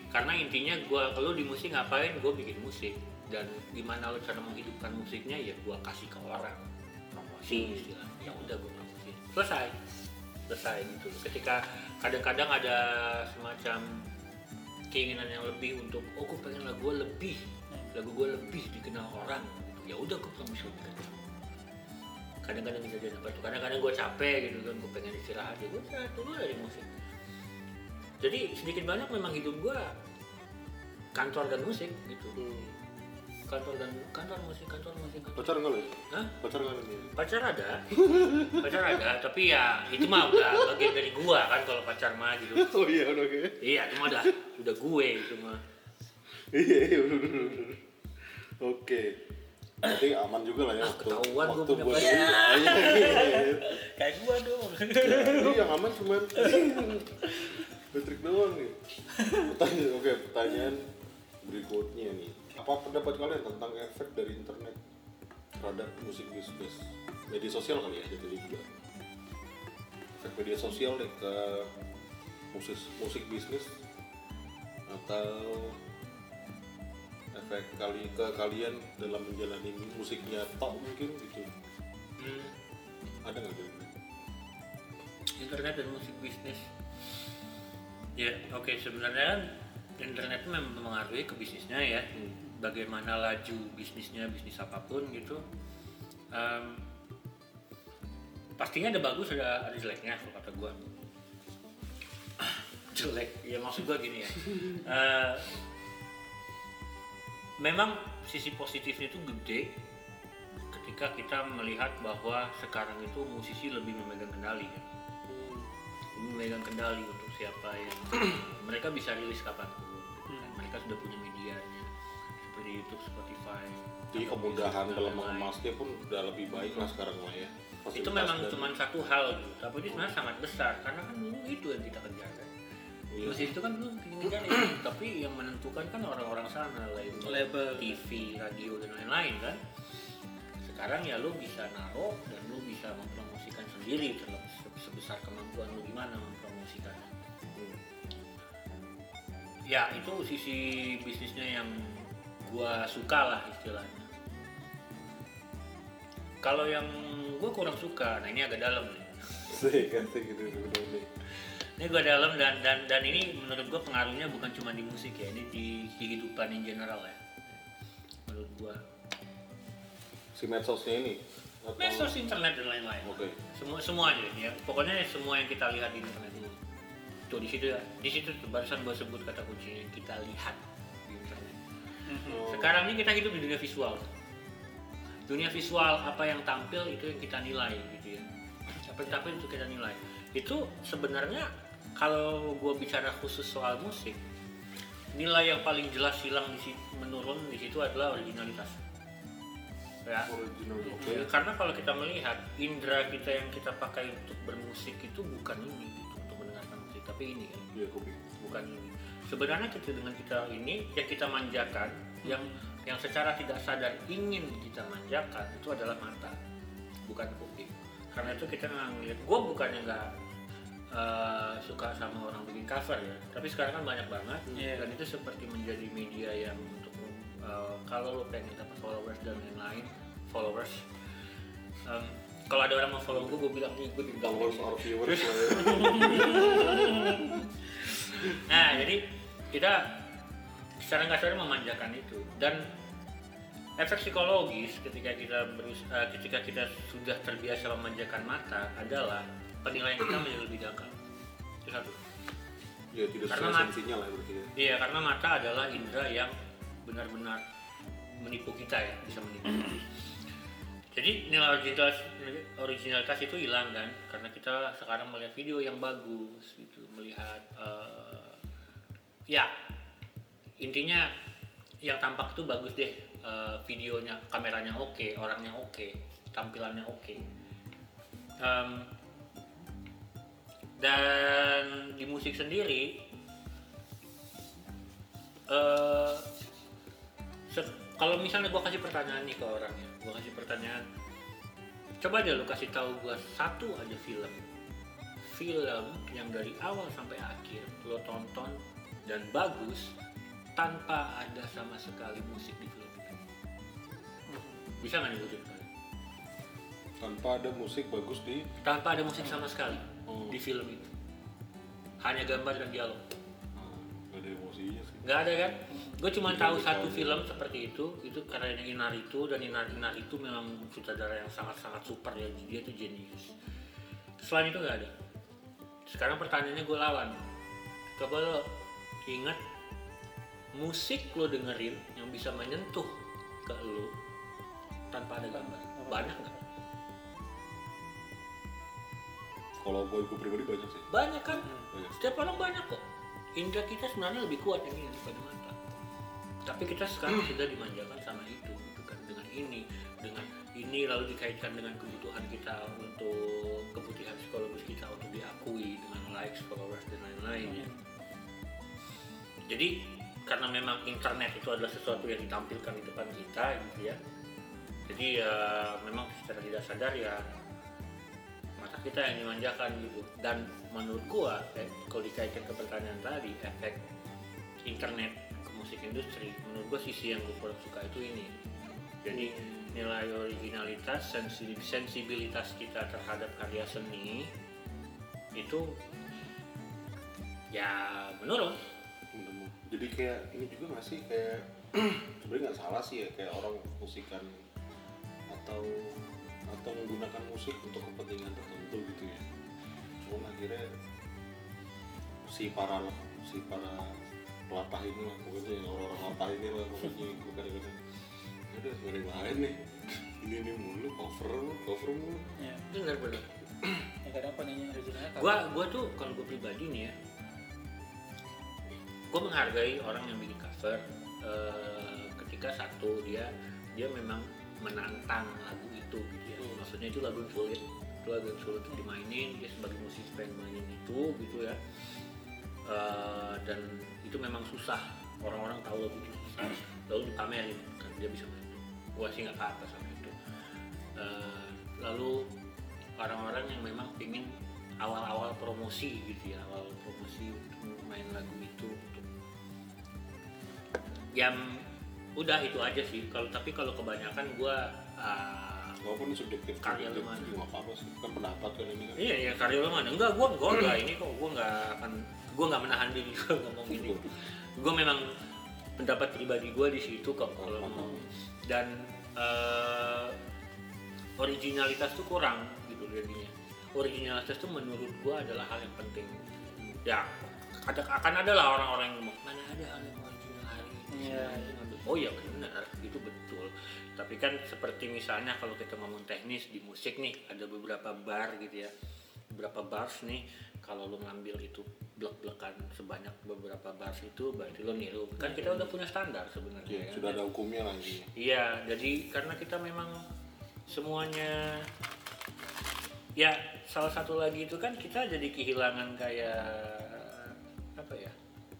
Karena intinya gue kalau di musik ngapain, gue bikin musik, dan gimana lo cara menghidupkan musiknya ya gue kasih ke orang, promosi istilahnya, ya udah gue promosi, selesai selesai gitu. Ketika kadang-kadang ada semacam keinginan yang lebih untuk oh gue pengen lagu gue lebih lagu gue lebih dikenal orang gitu. Ya udah gue promosi lebih kan. Kadang-kadang kejadian apa itu, kadang-kadang gue capek gitu kan, gue pengen istirahat ya gue istirahat dulu dari musik. Jadi sedikit banyak memang hidup gue kantor dan musik gitu. Hmm. Kantor dan kantor musik, kantor musik, kantor. Pacar enggak lo? Hah? Pacar enggak lo? Pacar ada, pacar ada, tapi ya itu mah udah bagian dari gua kan kalau pacar mah gitu. Oh iya udah oke. Iya, itu mah udah udah gue itu mah. Iya iya udah udah udah. Oke. Berarti aman juga lah ya Ah, waktu ketahuan gua waktu punya buat pacar. ini. Ah, iya, iya, iya. Kayak gua dong. Ini yang aman cuman Patrick doang nih. Pertanyaan, oke pertanyaan berikutnya nih. Apa pendapat kalian tentang efek dari internet terhadap musik bisnis? Media sosial kali ya jadi juga. Efek media sosial deh ke musik musik bisnis atau efek kali ke kalian dalam menjalani musiknya tok mungkin gitu. Hmm, Ada nggak kira-kira? internet dan musik bisnis. Ya, oke sebenarnya kan internet itu memang mempengaruhi ke bisnisnya ya. Hmm. Bagaimana laju bisnisnya, bisnis apapun gitu. Um, pastinya ada bagus, ada ada jeleknya kalau kata gua. Jelek, ya maksud gua gini ya. Uh, memang sisi positifnya itu gede ketika kita melihat bahwa sekarang itu musisi lebih memegang kendali ya. Memegang kendali untuk siapa yang mereka bisa rilis kapanpun gitu kan. Mereka sudah punya medianya seperti YouTube, Spotify. Jadi atau kemudahan music, dalam dan lain-lain. mengemasnya pun udah lebih baik lah sekarang lah ya. Itu Fasilitas memang dan- cuma satu hal gitu, tapi itu sebenarnya sangat besar karena kan dulu itu yang kita kerjakan. Iya. Musik itu kan dulu kejar ya, tapi yang menentukan kan orang-orang sana, label, Label. T V, radio dan lain-lain kan. Sekarang ya lu bisa naruh dan lu bisa mempromosikan sendiri terlebih sebesar kemampuan lu gimana mempromosikannya. Hmm. Ya itu sisi bisnisnya yang gua suka lah istilahnya. Kalau yang gua kurang suka, nah ini agak dalam nih. Sih, kasih gitu gitu. Ini gua dalam dan dan dan ini menurut gua pengaruhnya bukan cuma di musik ya, ini di kehidupan in general ya. Menurut gua. Si medsosnya ini. atau- Medsos, internet dan lain-lain. Oke. Semua semua aja ya. Pokoknya semua yang kita lihat di internet ini. Tuh di situ di situ tuh barusan gua sebut kata kuncinya yang kita lihat di internet. Oh. Sekarang ini kita hidup di dunia visual. Dunia visual apa yang tampil itu yang kita nilai gitu ya. Apa yang tampil itu kita nilai. Itu sebenarnya kalau gue bicara khusus soal musik, nilai yang paling jelas hilang di situ, menurun di situ adalah originalitas. Ya. Original oke. Ya, karena kalau kita melihat indera kita yang kita pakai untuk bermusik itu bukan ini gitu, untuk mendengarkan musik, tapi ini kan. Iya kopi. Bukan ini. Sebenarnya kita dengan kita ini yang kita manjakan, yang yang secara tidak sadar ingin kita manjakan itu adalah mata, bukan kuping. Karena itu kita nggak ngeliat. Gue bukannya nggak uh, suka sama orang bikin cover ya, tapi sekarang kan banyak banget. Yeah. Dan itu seperti menjadi media yang untuk uh, kalau lo pengen dapat followers dan lain-lain, followers. Um, kalau ada orang mau follow gue, gue bilang nih gue di Followers or viewers lah ya. Nah, jadi kita secara nggak sadar memanjakan itu dan efek psikologis ketika kita berus uh, ketika kita sudah terbiasa memanjakan mata adalah penilaian kita menjadi lebih dangkal. Itu satu. Ya tidak Karena sesuai mat- esensinya lah berarti ya. Iya, karena mata adalah indera yang benar-benar menipu kita ya, bisa menipu. Jadi nilai originalitas, originalitas itu hilang kan, karena kita sekarang melihat video yang bagus, gitu, melihat uh, ya intinya yang tampak itu bagus deh, uh, videonya, kameranya oke, orangnya oke, tampilannya oke. Um, dan di musik sendiri, uh, se- kalau misalnya gue kasih pertanyaan nih ke orangnya, gue kasih pertanyaan, coba deh lu kasih tahu gue satu aja film, film yang dari awal sampai akhir lo tonton dan bagus tanpa ada sama sekali musik di film itu. Bisa nggak diwujud kalian? Tanpa ada musik bagus di Tanpa ada musik sama sekali Oh. di film itu, hanya gambar dan dialog. Nggak ada emosinya sih. Nggak ada kan? Gue cuma Iya, tahu betul. satu film seperti itu, itu karena Inaritu, dan Inaritu memang sutradara yang sangat-sangat super ya, dia tuh jenius. Selain itu nggak ada. Sekarang pertanyaannya gue lawan, coba lo ingat musik lo dengerin yang bisa menyentuh ke lo tanpa ada gambar, banyak nggak? Kalau gue gue pribadi banyak sih. Banyak kan? Banyak. Setiap orang banyak kok. Indra kita sebenarnya lebih kuat yang ini daripada mata. Tapi kita sekarang sudah dimanjakan sama itu, gitu kan, dengan ini, dengan ini lalu dikaitkan dengan kebutuhan kita untuk kebutuhan psikologis kita untuk diakui dengan likes, followers dan lain-lain. Ya. Jadi karena memang internet itu adalah sesuatu yang ditampilkan di depan kita, gitu ya. Jadi ya memang secara tidak sadar ya mata kita yang dimanjakan gitu. Dan menurut gua eh, kalau dikaitkan ke pertanyaan tadi, efek internet ke musik industri, menurut gua sisi yang gua kurang suka itu ini. Jadi nilai originalitas, sensi- sensibilitas kita terhadap karya seni itu ya menurun. Bener-bener. Jadi kayak ini juga nggak sih, kayak sebenarnya nggak salah sih ya, kayak orang musikan atau atau menggunakan musik untuk kepentingan tertentu gitu ya. Cuman akhirnya si para si para pelatah ini lah, pokoknya yang orang-orang latah ini lah, pokoknya bukan bukan ada sebenarnya lain nih. Ini ini mulu cover mulu, cover mulu. Ya. Bener-bener. Ya kadang penyanyi originalnya Gua gua tuh kalau gua pribadi nih ya, gua menghargai orang yang bikin cover eh, ketika satu dia dia memang menantang lagu itu gitu ya. Maksudnya itu lagu yang sulit, itu lagu yang sulit untuk dimainin, dia sebagai musisi pengen mainin itu gitu ya. Eh, dan itu memang susah, orang-orang tahu lagu itu susah, lalu dipamerin kan dia bisa main itu. Gua sih nggak apa-apa sama itu. Eh, lalu orang-orang yang memang ingin awal-awal promosi gitu ya, awal promosi untuk main lagu itu untuk yang udah itu aja sih. Kalau tapi kalau kebanyakan gua uh, Walaupun subjektif Karya subjektif lu mana? juga nggak apa-apa sih, kan pendapat kan ini kan. iya ya karya lo mana enggak, gua gua enggak ini kok, gua enggak akan gua enggak menahan diri gua ngomong ini. Gua memang pendapat pribadi gua di situ kok kalau ngomong. Dan uh, originalitas tuh kurang gitu jadinya. Originalitas tuh menurut gua adalah hal yang penting. Ya ada akan ada lah orang-orang yang ngomong mana ada hal yang original hari ini. Iya. Oh iya benar, itu betul. Tapi kan seperti misalnya kalau kita ngomong teknis di musik nih, ada beberapa bar gitu ya, beberapa bars nih, kalau lo ngambil itu blek-blekan sebanyak beberapa bars itu berarti lo niru. Kan kita udah punya standar sebenarnya. Iya, kan? sudah ada hukumnya lah intinya. Iya, jadi karena kita memang semuanya, ya salah satu lagi itu kan kita jadi kehilangan kayak apa ya?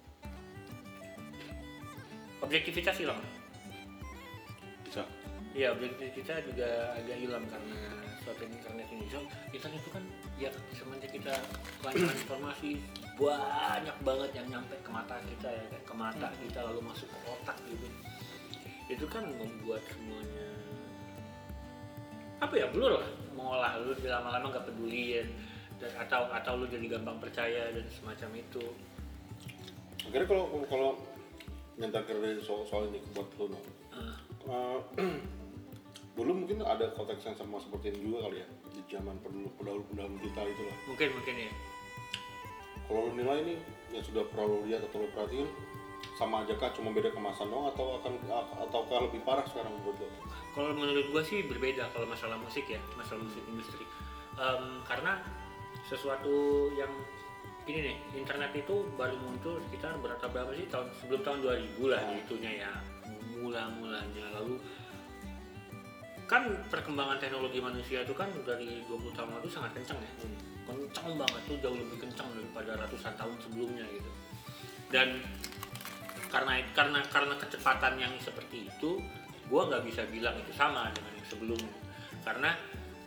Objektivitas hilang. Bisa. Iya, objektivitas kita juga agak hilang karena suatu internet ini. So, internet itu kan ya semenjak kita kebanyakan informasi banyak banget yang nyampe ke mata kita ya, kayak ke mata kita lalu masuk ke otak gitu. Itu kan membuat semuanya apa ya, blur lah, mengolah lu lama-lama nggak peduli ya, dan atau atau lu jadi gampang percaya dan semacam itu. Akhirnya kalau kalau nyantar dari soal, soal ini buat lo, no. Uh, Uh, dulu mungkin ada konteks yang sama seperti ini juga kali ya, di zaman pendahulu pendahulu pendahulu kita itu lah. mungkin mungkin ya. Kalau lo nilai ini yang sudah pernah lo lihat atau lo perhatiin, sama aja kah, cuma beda kemasan doang atau akan ataukah lebih parah sekarang menurut lo? Kalau menurut gua sih berbeda kalau masalah musik ya, masalah musik industri. Um, karena sesuatu yang ini nih, internet itu baru muncul sekitar berapa berapa sih tahun sebelum tahun dua ribu lah itunya ya, mula-mulanya. Lalu kan perkembangan teknologi manusia itu kan dari dua puluh tahun lalu sangat kencang ya, kencang banget tuh, jauh lebih kencang daripada ratusan tahun sebelumnya gitu. Dan karena karena karena kecepatan yang seperti itu, gua nggak bisa bilang itu sama dengan yang sebelumnya, karena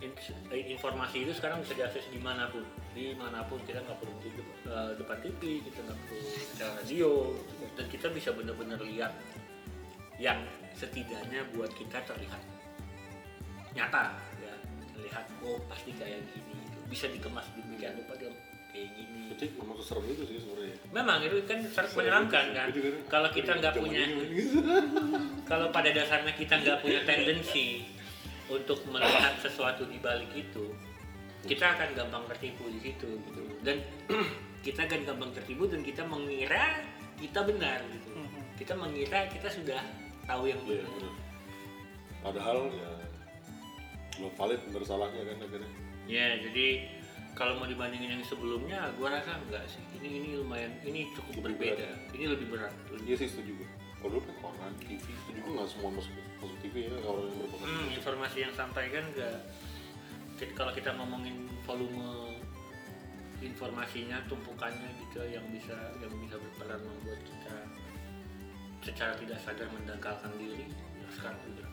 in- informasi itu sekarang bisa diakses dimanapun, dimanapun kita nggak perlu di uh, depan T V, kita nggak perlu secara radio, dan kita bisa benar-benar lihat yang setidaknya buat kita terlihat nyata, ya terlihat oh pasti kayak gini, gitu. Bisa dikemas demikian rupa dia kayak gini. Jadi memang seserem itu sih sebenarnya. Memang itu kan sangat menyeramkan kan. Kalau kita nggak punya, kalau pada dasarnya kita nggak punya tendensi untuk melihat sesuatu di balik itu, kita akan gampang tertipu di situ gitu. Dan kita akan gampang tertipu dan kita mengira kita benar gitu. Kita mengira kita sudah tahu yang Iya, benar. benar. Padahal ya belum valid benar salahnya kan akhirnya. Ya, jadi kalau mau dibandingin yang sebelumnya, gua rasa enggak sih. Ini ini lumayan, ini cukup Lebih berbeda. berat. Ini lebih berat. Iya sih setuju gue. Kalau dulu kan koran, T V itu juga nggak semua masuk masuk T V ya orang yang berpengaruh. Hmm, informasi yang sampaikan enggak. Kalau kita ngomongin volume informasinya, tumpukannya gitu yang bisa yang bisa berperan membuat kita secara tidak sadar mendangkalkan diri, ya sekarang udah.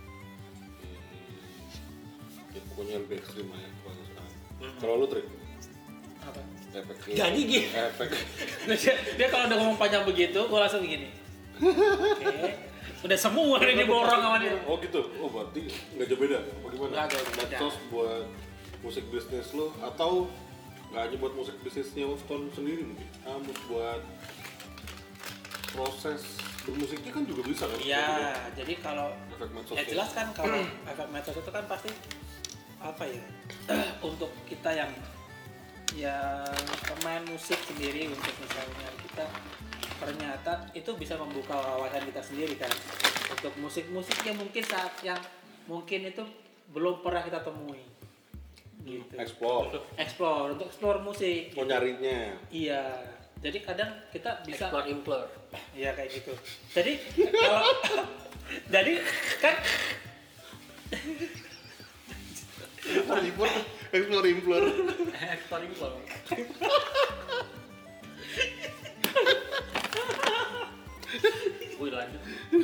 Ya pokoknya lebih ekstrim aja kalau sekarang. Hmm. Kalau lu trik Apa? efeknya. Jadi gitu. Efek. dia, dia kalau udah ngomong panjang begitu, gue langsung begini. Oke, udah semua ini borong sama dia. Oh gitu. Oh berarti nggak jauh beda. Apa gimana? Nggak jauh beda. Medsos buat musik bisnis lo atau nggak hanya buat musik bisnisnya Wafton sendiri mungkin? Ah, buat proses bermusiknya kan juga bisa kan? Iya, jadi kalau Efek medsos. ya jelas kan kalau efek medsos itu kan pasti apa ya untuk kita yang yang pemain musik sendiri, untuk misalnya kita ternyata itu bisa membuka wawasan kita sendiri kan untuk musik-musik yang mungkin saat yang mungkin itu belum pernah kita temui gitu. Explore. Explore, untuk explore musik. Mau nyarinya. Iya, jadi kadang kita bisa Explore implore. iya kayak gitu. Jadi kalau jadi kan Explore, explore, explore, explore. Explore implore. Wih lanjut.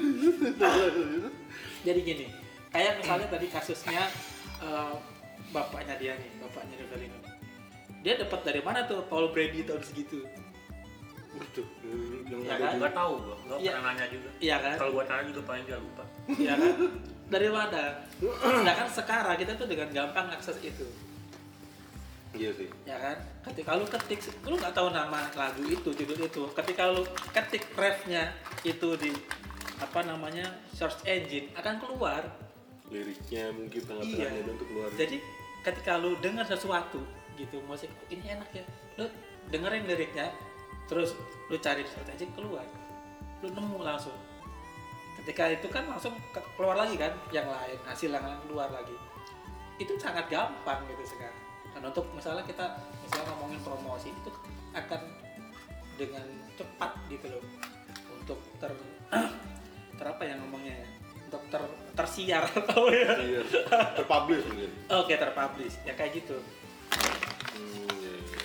jadi gini, kayak misalnya tadi kasusnya eh, bapaknya dia nih, bapaknya Revelino. Dia dapat dari mana tuh Paul Brady tahun segitu? Betul. Yang Ya ada kan? di- Gak tahu gua, gak Iya. pernah nanya juga. Iya kan? Kalau gua tanya juga paling dia lupa. Iya kan? Dari mana? Sedangkan sekarang kita tuh dengan gampang akses itu. Iya sih. Ya kan? Ketika lu ketik, lu nggak tahu nama lagu itu, judul itu. Ketika lu ketik refnya itu di apa namanya search engine akan keluar. Liriknya mungkin tengah-tengahnya Iya. dan tuh keluar. Jadi ketika lu dengar sesuatu gitu musik ini enak ya, lu dengerin liriknya, terus lu cari di search engine keluar, lu nemu langsung. Ketika itu kan langsung ke- keluar lagi kan, yang lain hasil yang lain keluar lagi. Itu sangat gampang gitu sekarang. Dan untuk misalnya kita misalnya ngomongin promosi itu akan dengan cepat gitu loh untuk ter ter apa yang ngomongnya ya, untuk ter tersiar atau ya. Iya. Terpublish mungkin. Oke, terpublish ya kayak gitu. Hmm, iya, iya.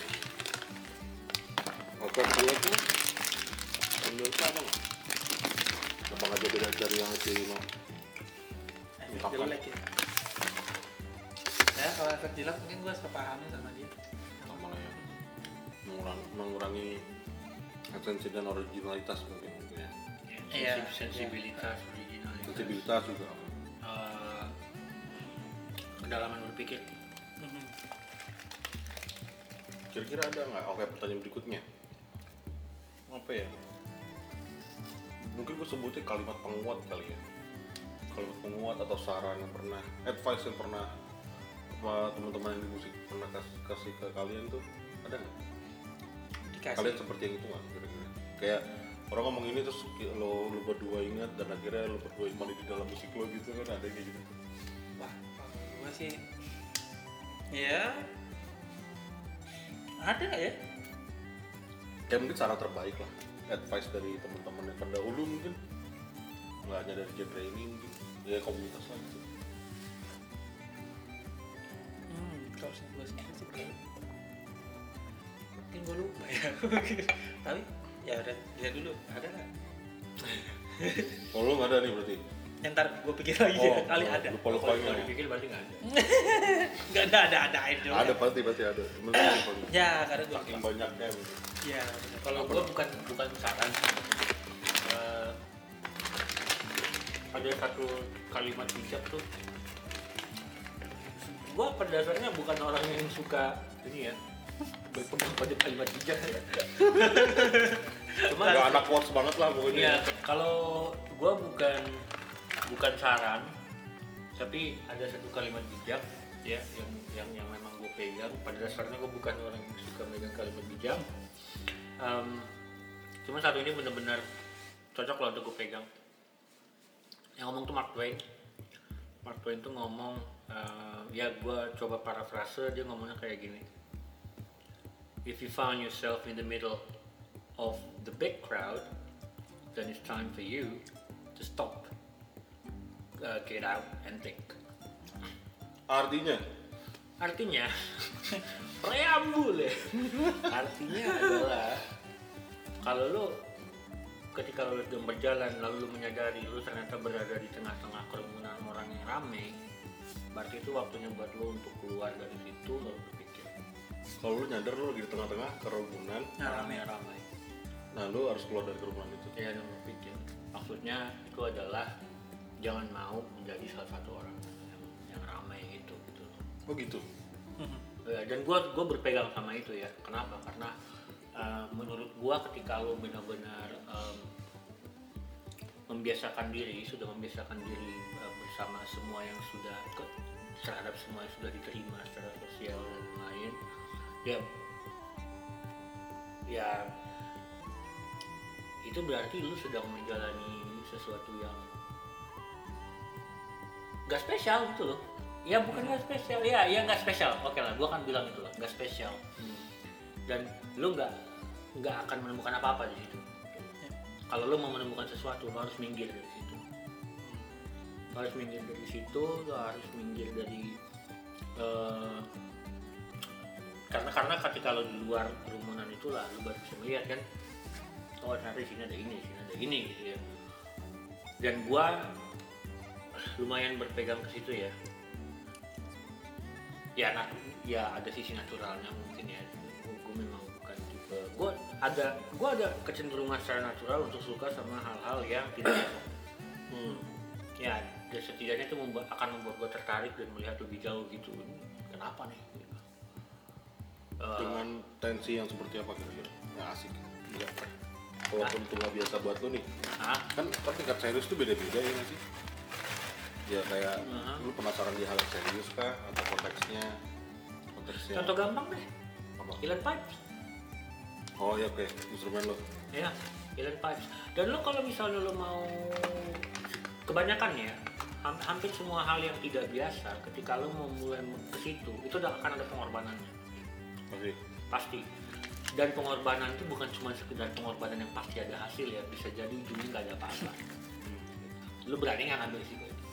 Oke, kalau tuh menurut apa nggak? Apa nggak jadi dari yang si Rino? Ungkapkan. Jelek ya. Ya kalau efek jelek mungkin gue sepahami sama dia. Sama lah ya. Mengurangi, mengurangi esensi dan originalitas mungkin ya. Iya. Sensibilitas, originalitas, Sensibilitas juga. eh, kedalaman berpikir. Mhm. Kira-kira ada nggak? Oke, pertanyaan berikutnya. Apa ya? Mungkin gue sebutnya kalimat penguat kali ya. Kalimat penguat atau saran yang pernah, advice yang pernah apa teman-teman yang di musik pernah kasih, kasih ke kalian tuh ada nggak? Dikasih. Kalian seperti yang itu nggak kira-kira? Kayak orang ngomong ini terus lo lo berdua ingat dan akhirnya lo berdua imani di dalam musik lo gitu kan, ada yang kayak gitu. Wah, kalau gue sih ya ada ya. Kayak mungkin cara terbaik lah, advice dari teman-teman yang pendahulu mungkin nggak hanya dari genre ini mungkin ya komunitas lah gitu. Hmm, kalau gue sendiri sih kayak mungkin gue lupa ya. Tapi ya udah dia dulu ada nggak? Kalau lo nggak ada nih berarti? Ntar gue pikir lagi ya, kali ada. lupa lupa Kalau dipikir berarti nggak ada. Nggak ada ada ada idol. Ada pasti pasti ada. Mungkin Ya karena gue saking banyaknya. ya Kalau gue bukan bukan saran. Uh, ada satu kalimat bijak tuh. Gue pada dasarnya bukan orang yang suka ini ya berpegang pada kalimat bijak ya. Cuma Gak anak quotes banget lah pokoknya. Iya, kalau gue bukan bukan saran, tapi ada satu kalimat bijak ya yang yang yang memang gue pegang. Pada dasarnya gue bukan orang yang suka megang kalimat bijak. Um, cuma satu ini benar-benar cocok lah untuk gue pegang. Yang ngomong tuh Mark Twain. Mark Twain tuh ngomong, uh, ya gue coba parafrase, dia ngomongnya kayak gini. If you found yourself in the middle of the big crowd, then it's time for you to stop, uh, get out and think. Artinya Artinya, preambul ya. Artinya adalah kalau lo ketika lo sedang berjalan lalu lo menyadari lo ternyata berada di tengah-tengah kerumunan orang yang ramai, berarti itu waktunya buat lo untuk keluar dari situ lalu berpikir. kalau lu nyadar lu lagi di tengah-tengah kerumunan, Ramai-ramai. nah lu harus keluar dari kerumunan itu. Ya, dan berpikir. Maksudnya itu adalah jangan mau menjadi salah satu orang yang, yang ramai itu gitu. Oh gitu. Ya, dan gua gua berpegang sama itu ya. Kenapa? Karena uh, menurut gua ketika lo benar-benar um, membiasakan diri, sudah membiasakan diri uh, bersama semua yang sudah ke, terhadap semua yang sudah diterima secara sosial dan lain, ya ya itu berarti lu sedang menjalani sesuatu yang gak spesial gitu loh. Ya bukan gak spesial, ya ya gak spesial. Oke lah, gua akan bilang itu lah, gak spesial. Hmm. Dan lu gak nggak akan menemukan apa-apa di situ. Kalau lu mau menemukan sesuatu, lu harus minggir dari situ. Lu harus minggir dari situ, lu harus minggir dari uh, karena karena ketika lu di luar kerumunan itulah lu baru bisa melihat kan, oh ternyata di sini ada ini, di sini ada ini gitu ya. Dan gua lumayan berpegang ke situ ya. Ya, nah, ya ada sisi naturalnya mungkin ya. Gue memang bukan tipe. Gue ada, gue ada kecenderungan secara natural untuk suka sama hal-hal yang tidak biasa. Hmm. Ya, dan setidaknya itu membuat, akan membuat gue tertarik dan melihat lebih jauh gitu. Kenapa nih? Dengan uh, tensi yang seperti apa kira-kira? Yang asik. Enggak. Walaupun itu nggak biasa buat lo nih. Hah? Kan kan tingkat serius tuh beda-beda ya nggak sih? Ya kayak uh-huh. lu penasaran di hal yang serius kah atau konteksnya? Konteksnya. Contoh gampang deh. Apa? Ukulele pipes. Oh ya oke, okay. Instrumen lo. Ya, ukulele pipes. Dan lo kalau misalnya lo mau kebanyakan ya, hampir semua hal yang tidak biasa ketika lo mau mulai ke situ, itu akan ada pengorbanannya. Pasti. Pasti. Dan pengorbanan itu bukan cuma sekedar pengorbanan yang pasti ada hasil ya, bisa jadi ujungnya nggak ada apa-apa. Lu berani nggak ngambil risiko itu?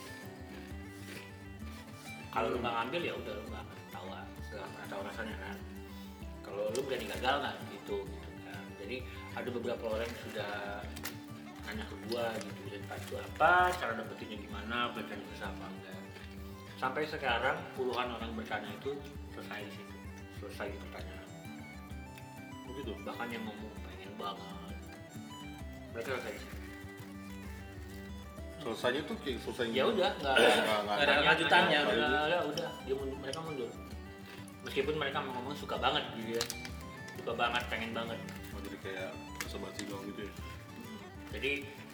Kalau lu nggak ngambil ya udah lu nggak akan tahu, nggak pernah tahu rasanya kan. Kalau lu berani gagal nggak gitu, gitu kan. Jadi ada beberapa orang yang sudah nanya ke gua gitu, dan itu apa, cara dapetinnya gimana, belajar bisa apa enggak. Sampai sekarang puluhan orang bertanya itu selesai di situ, selesai di pertanyaan. Begitu, bahkan yang ngomong pengen banget, mereka selesai di situ. Selesainya tuh kayak selesai. Ya udah, nggak ada lanjutannya. Ya udah, dia mundur, mereka mundur. Meskipun mereka ngomong suka banget gitu ya, suka banget, pengen banget. Oh, jadi kayak basa-basi doang gitu ya. Hmm. Jadi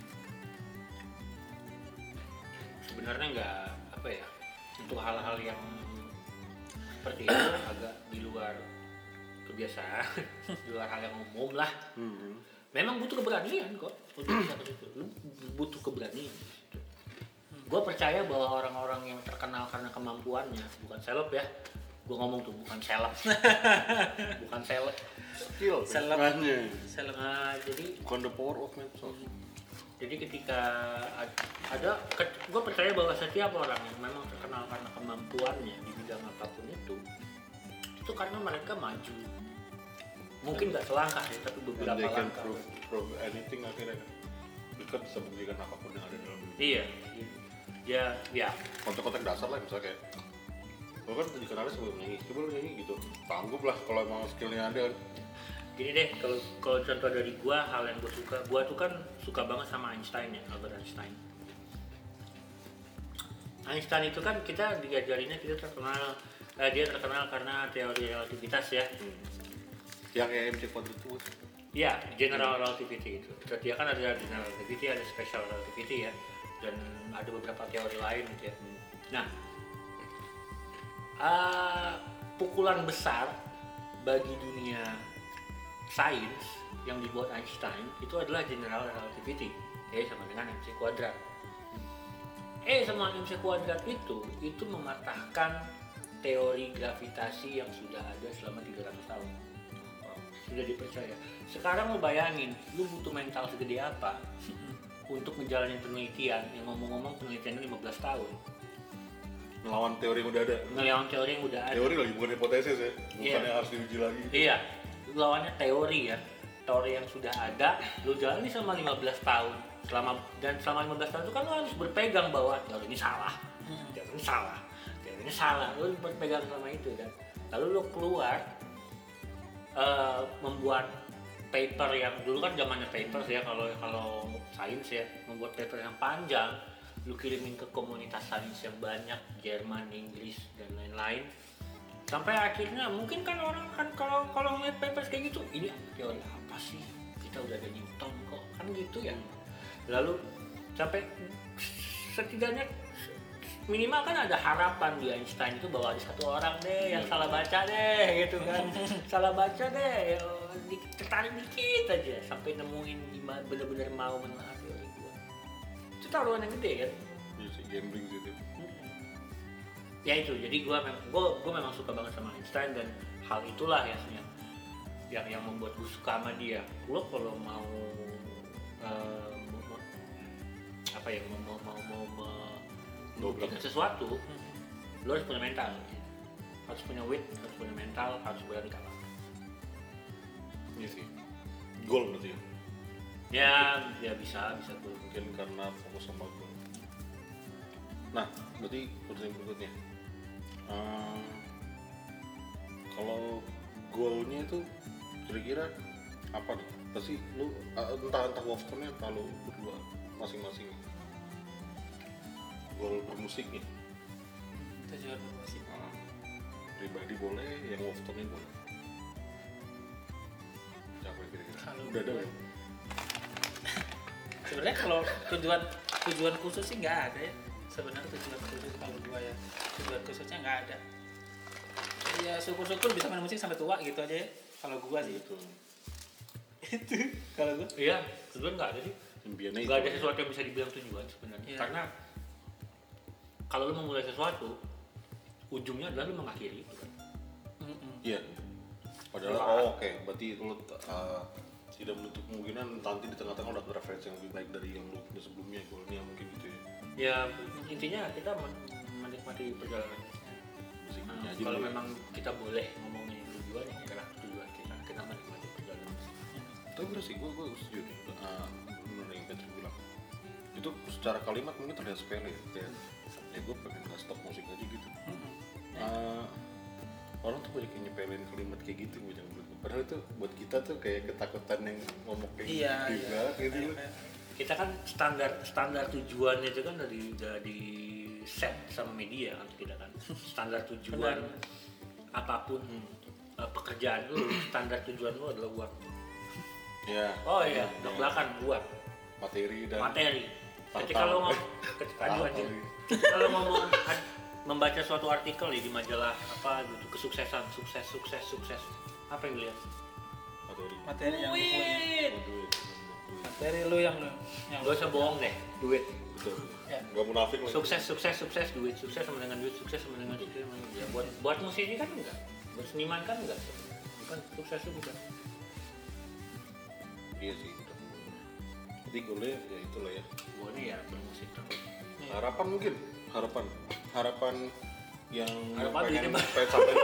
sebenarnya nggak apa ya, untuk hal-hal yang seperti itu agak di luar kebiasaan, di luar hal yang umum lah. Hmm. Memang butuh keberanian kok untuk bisa ke situ. Lu butuh keberanian. Gue percaya bahwa orang-orang yang terkenal karena kemampuannya, bukan seleb ya. Gue ngomong tuh bukan seleb, bukan seleb. Skill, selebnya. Seleb. Nah, jadi bukan the power of medsos. Jadi ketika ada, gue percaya bahwa setiap orang yang memang terkenal karena kemampuannya di bidang apapun itu, itu karena mereka maju. Mungkin nggak selangkah ya, tapi beberapa langkah. And they can langkah. prove, prove anything akhirnya kan. Mereka bisa membuktikan apapun yang ada dalam diri. Iya, ya, ya. Konteks-konteks dasar lah misalnya kayak Lo kan dikenalnya sebelum nyanyi, coba lo nyanyi gitu. Sanggup lah kalau emang skillnya ada kan. Gini deh, kalau kalau contoh dari gua, hal yang gua suka, gua tuh kan suka banget sama Einstein ya, Albert Einstein. Einstein itu kan kita diajarinnya kita terkenal, eh, dia terkenal karena teori relativitas ya. Hmm. Yang E M C kuadrat itu. Iya, general relativity itu. Dia kan ada general relativity, ada special relativity ya, dan ada beberapa teori lain gitu ya. Nah, uh, pukulan besar bagi dunia sains yang dibuat Einstein itu adalah general relativity, E sama dengan M C kuadrat. E sama M C kuadrat itu itu mematahkan teori gravitasi yang sudah ada selama tiga ratus tahun. Sudah dipercaya. Sekarang lo bayangin, lu butuh mental segede apa untuk ngejalanin penelitian yang ngomong-ngomong penelitiannya lima belas tahun. Melawan teori yang udah ada. Ngelawan teori yang udah ada. Teori lagi bukan hipotesis ya, bukan Iya. yang harus diuji lagi. Iya, lu lawannya teori ya. Teori yang sudah ada, lu jalani selama lima belas tahun. Selama dan selama lima belas tahun itu kan lu harus berpegang bahwa teori ini salah. Teori ini salah. Teori ini salah. Lu berpegang sama itu kan. Lalu lu keluar uh, membuat paper yang dulu kan zamannya papers ya, kalau kalau sains ya, membuat paper yang panjang, lu kirimin ke komunitas sains yang banyak, Jerman, Inggris dan lain-lain. Sampai akhirnya mungkin kan orang kan kalau kalau ngeliat papers kayak gitu, ini teori apa sih? Kita udah ada Newton kok, kan gitu ya. Lalu sampai setidaknya minimal kan ada harapan di Einstein itu bahwa ada satu orang deh yang salah baca deh gitu kan. Salah baca deh, tertarik dikit aja sampai nemuin gimana bener-bener mau menelaah teori gua. Itu taruhan yang gede kan. Iya sih, gambling gitu. Ya itu, jadi gua memang gua, gua memang suka banget sama Einstein dan hal itulah ya yang yang, yang membuat gua suka sama dia. Gua kalau mau uh, mau, apa ya mau mau mau, mau, mau membuktikan sesuatu, lo harus punya mental, harus punya wit, harus punya mental, harus berani kalah. Iya sih. Goal berarti ya. Ya, ya bisa, bisa tuh. Mungkin karena fokus sama goal. Nah, berarti pertanyaan berikutnya. Uh, kalau goalnya itu kira-kira apa nih? Pasti lu uh, entah entah Wolfton-nya entah lu berdua masing-masing. Goal bermusik nih. Tujuan bermusik. Uh, pribadi boleh, yang Wolfton-nya boleh. Siapa kira-kira? Kalau Udah ada gua- ya? Sebenarnya kalau tujuan tujuan khusus sih nggak ada ya. Sebenarnya tujuan khusus kalau gua ya tujuan khususnya nggak ada. Ya syukur-syukur bisa main musik sampai tua gitu aja ya. Kalau gua sih Gitu. itu. Kalau gua Iya, sebenarnya nggak ada sih. Impiannya Nggak itu. ada sesuatu yang bisa dibilang tujuan sebenarnya. Iya. Karena kalau lu memulai sesuatu, ujungnya adalah lu mengakhiri itu kan. Mm-mm. Iya. Padahal Wah. oh, oke, okay. Berarti itu lu uh, tidak menutup kemungkinan nanti di tengah-tengah udah ada referensi yang lebih baik dari yang lu punya sebelumnya, goalnya mungkin gitu ya. Ya intinya kita men- menikmati perjalanan. Musiknya Nah, aja kalau dulu ya. memang kita boleh ngomongin tujuan, ya adalah tujuan kita. Kita menikmati perjalanan. Tapi bener sih, gue gue setuju nih. Uh, bener yang Patrick bilang. Itu secara kalimat mungkin terlihat sepele ya. Kayak, ya gue pengen nggak stop musik aja gitu. Mm-mm. Uh, orang tuh banyak yang nyepelin kalimat kayak gitu gue jangan menurut gue. Padahal itu buat kita tuh kayak ketakutan yang ngomong kayak Iya, gitu iya. banget gitu. Kayak- loh. kayak- Kita kan standar standar tujuannya itu kan dari udah di set sama media kan kita kan. Standar tujuan Benar. apapun uh, pekerjaan lu, standar tujuan lu adalah uang. Ya. Oh iya, ya. belakang uang, Materi dan materi. Tahta. Ketika lo ngomong, ketika aduh, Tahta. anjing. Ketika lo ngomong ad- membaca suatu artikel ya di majalah apa gitu kesuksesan, sukses, sukses, sukses. Apa yang dilihat? materi. materi yang lu punya. Duit. Oh, duit. Materi lu yang lu yang lu Gak usah bohong deh, duit. Betul. Ya. Gak munafik lagi. Sukses, sukses, sukses, duit, sukses sama dengan duit, sukses sama dengan duit. Ya, buat buat musisi kan enggak, buat seniman kan enggak, bukan sukses itu bukan. Iya sih. Betul. Jadi goalnya ya itulah ya. Buatnya ya bermusik terus. Harapan mungkin. Harapan. Harapan yang Harapan pengen duitnya, Bang. pengen sampai.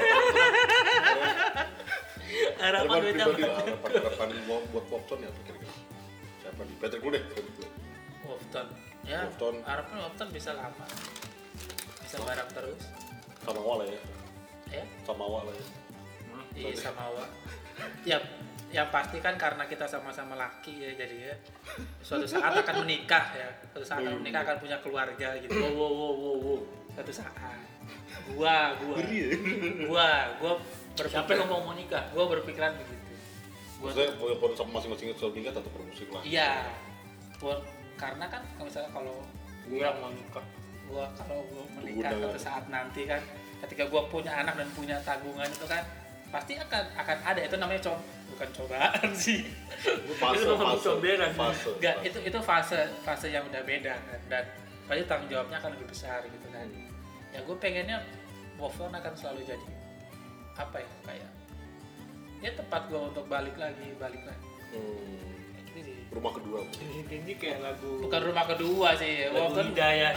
Harapan Harapan duitnya pribadi lah. Harapan harapan buat buat Popton ya apa kira-kira. Siapa nih? Patrick dulu deh. Patrick dulu. Wolfton. Ya, Wolfton. harapan Wolfton bisa lama. Bisa bareng terus. Sama Wala ya. Ya, Sama Wala ya. iya sama Wa. Ya, yang pasti kan karena kita sama-sama laki ya, jadi ya suatu saat akan menikah ya, suatu saat akan menikah akan punya keluarga gitu. Wow, wow, wow, wow, wow. Suatu saat. Gua, gua, gua, gua Siapa yang mau mau nikah? Gua berpikiran begitu. Gua Maksudnya walaupun sama masing-masing soal nikah tetap bermusik lah. iya. Gua, karena kan kalau misalnya kalau Gue yang mau nikah. gua kalau gua menikah Guna. suatu saat nanti kan, ketika gua punya anak dan punya tanggungan itu kan pasti akan akan ada, itu namanya co bukan cobaan sih. Itu fase, Itu memang fase, comberan. fase. Enggak, itu itu fase fase yang udah beda kan, dan pasti tanggung jawabnya akan lebih besar gitu kan. Ya gue pengennya Wolfron akan selalu jadi apa ya, kayak ya tempat gue untuk balik lagi balik lagi Hmm. kayak gitu sih. Rumah kedua. Ini, ini kayak lagu. Bukan rumah kedua sih, Lagu Wolfron. Hidayah.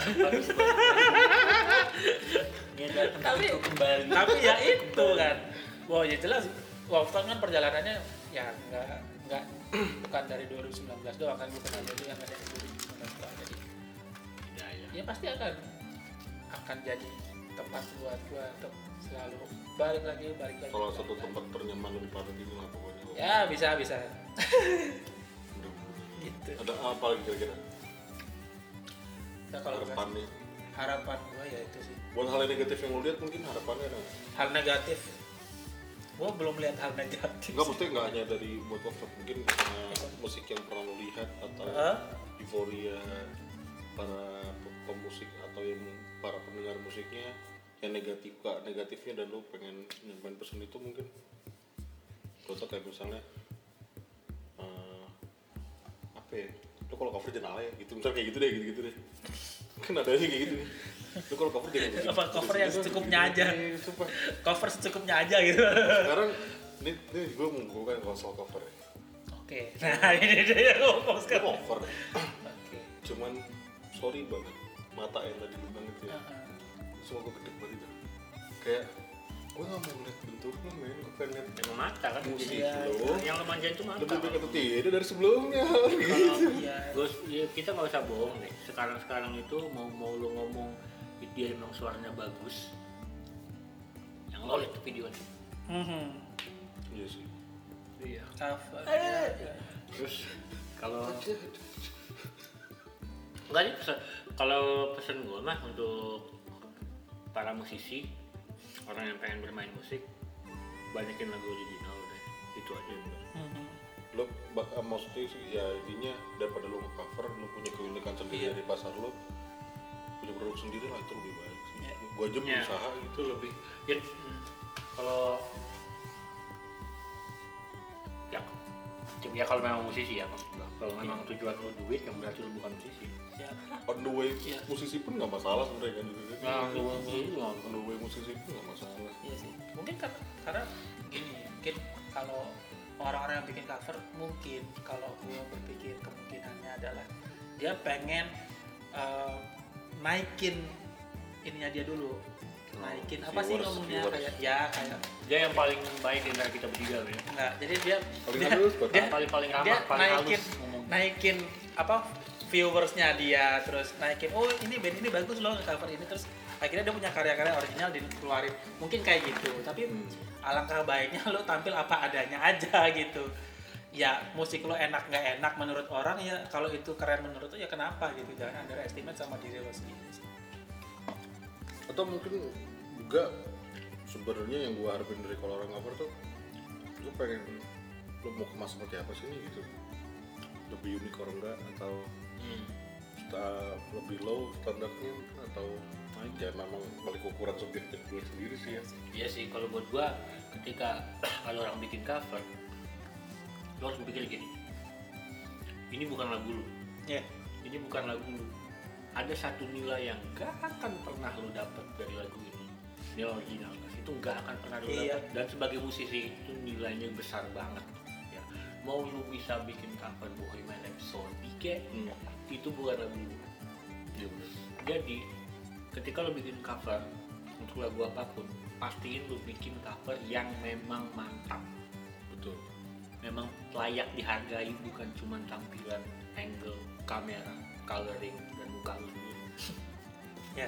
Ini adalah tentang Tapi- itu kembali. Tapi ya itu kan, wow ya jelas Wolfron kan perjalanannya ya nggak nggak bukan dari dua ribu sembilan belas doang kan, bukan hanya itu yang ada di dua ribu sembilan belas doang. Jadi Hidayah. ya pasti akan akan jadi tempat buat gua untuk selalu balik lagi balik lagi. Salah balik satu lagi. tempat ternyaman di planet ini lah pokoknya. Ya bisa bisa. Mudah-mudahan. Gitu. Ada apa lagi kira-kira? Nah, kalau gua- Harapannya. harapan gua ya itu sih. Buat hal yang negatif yang lo lihat mungkin harapannya ada. Hal negatif. Gua belum lihat hal negatif. Enggak, maksudnya nggak hanya dari buat workshop, mungkin uh, musik yang pernah lo lihat atau Hah? euforia para pe- pemusik atau yang para pendengar musiknya yang negatif kak negatifnya dan lo pengen nyampein pesan itu mungkin. Contoh kayak misalnya uh, apa ya? Lo kalau cover jangan alay ya gitu, misalnya kayak gitu deh, gitu-gitu deh. Kan ada aja kayak gitu nih. Lo kalau cover jangan gitu. Apa cover yang secukupnya aja. Iya, sumpah. Cover secukupnya aja gitu. Sekarang ini, ini gue mau bukan kalau soal cover ya. Oke. Nah, ini dia yang ngomong Gue sekarang. cover, Oke. cuman sorry banget mata yang tadi lu bilang itu ya. Heeh. Semua gue gede banget itu. Kayak gue gak mau ngeliat bentuknya men, gue pengen liat Emang mata kan. musik Iya, lo. Yang lo manjain tuh mata. Lebih baik atau tidak dari sebelumnya. Kalau Iya. Gus, ya kita nggak usah bohong deh. Sekarang-sekarang itu mau mau lo ngomong dia emang suaranya bagus, yang lo lihat tuh videonya. Mhm. Iya sih. Iya. Cover. Terus kalau nggak sih pesan, kalau pesan gue mah untuk para musisi, orang yang pengen bermain musik, banyakin lagu original deh. Itu aja bener. Mhm. Lo bak- eh, maksudnya sih ya intinya daripada lo nge-cover, lo punya keunikan sendiri Iya. dari pasar lo, punya produk sendiri lah itu lebih baik sih. Iya. Gue aja Iya. berusaha gitu. Itu lebih. Ya, mm, kalau ya, ya kalau memang musisi ya, maksud gua. Kalau memang tujuan lo duit, yang berarti lo bukan musisi. Ya. On the way Iya. musisi pun nggak masalah sebenarnya kan. Nah, on the way musisi juga nggak On the way musisi pun nggak masalah. Iya sih. Mungkin karena karena gini, mungkin kalau orang-orang yang bikin cover mungkin kalau gue berpikir kemungkinannya adalah dia pengen eh, naikin ininya dia dulu. Naikin apa sih Viewers, ngomongnya viewers. kayak ya kayak Dia yang paling baik di antara kita bertiga ya. enggak. Jadi dia Paling dia, halus, Pak. dia, paling paling ramah, dia paling naikin halus ngomong. naikin apa viewersnya dia, terus naikin oh ini band ini bagus loh cover ini, terus akhirnya dia punya karya-karya original dikeluarin, mungkin kayak gitu. Tapi Hmm. alangkah baiknya lo tampil apa adanya aja gitu. Ya musik lo enak nggak enak menurut orang ya, kalau itu keren menurut lo ya kenapa gitu, jangan underestimate sama diri lo sendiri sih. Atau mungkin juga sebenarnya yang gue harapin dari kalau orang cover tuh, gue pengen lo mau kemas seperti apa sih nih gitu, lebih unik orang enggak, atau Hmm. sta- lebih low standarnya mungkin, atau naik ya memang balik ukuran subjektif gue sendiri sih ya. Iya sih, kalau buat gua ketika ada orang bikin cover, lo harus berpikir gini, ini bukan lagu lu, Ya. ini bukan lagu lu. Ada satu nilai yang gak akan pernah lo dapet dari lagu ini, nilai original itu gak akan pernah lo Iya. dapet. Dan sebagai musisi itu nilainya besar banget. Ya. Mau lu bisa bikin cover Bohemian Rhapsody, kayak Hmm. itu bukan lagu lu. Iya bener. Jadi ketika lo bikin cover untuk lagu apapun, pastiin lo bikin cover yang memang mantap, Betul. memang layak dihargai, bukan cuma tampilan, angle, kamera, coloring, dan muka lo sendiri. Ya.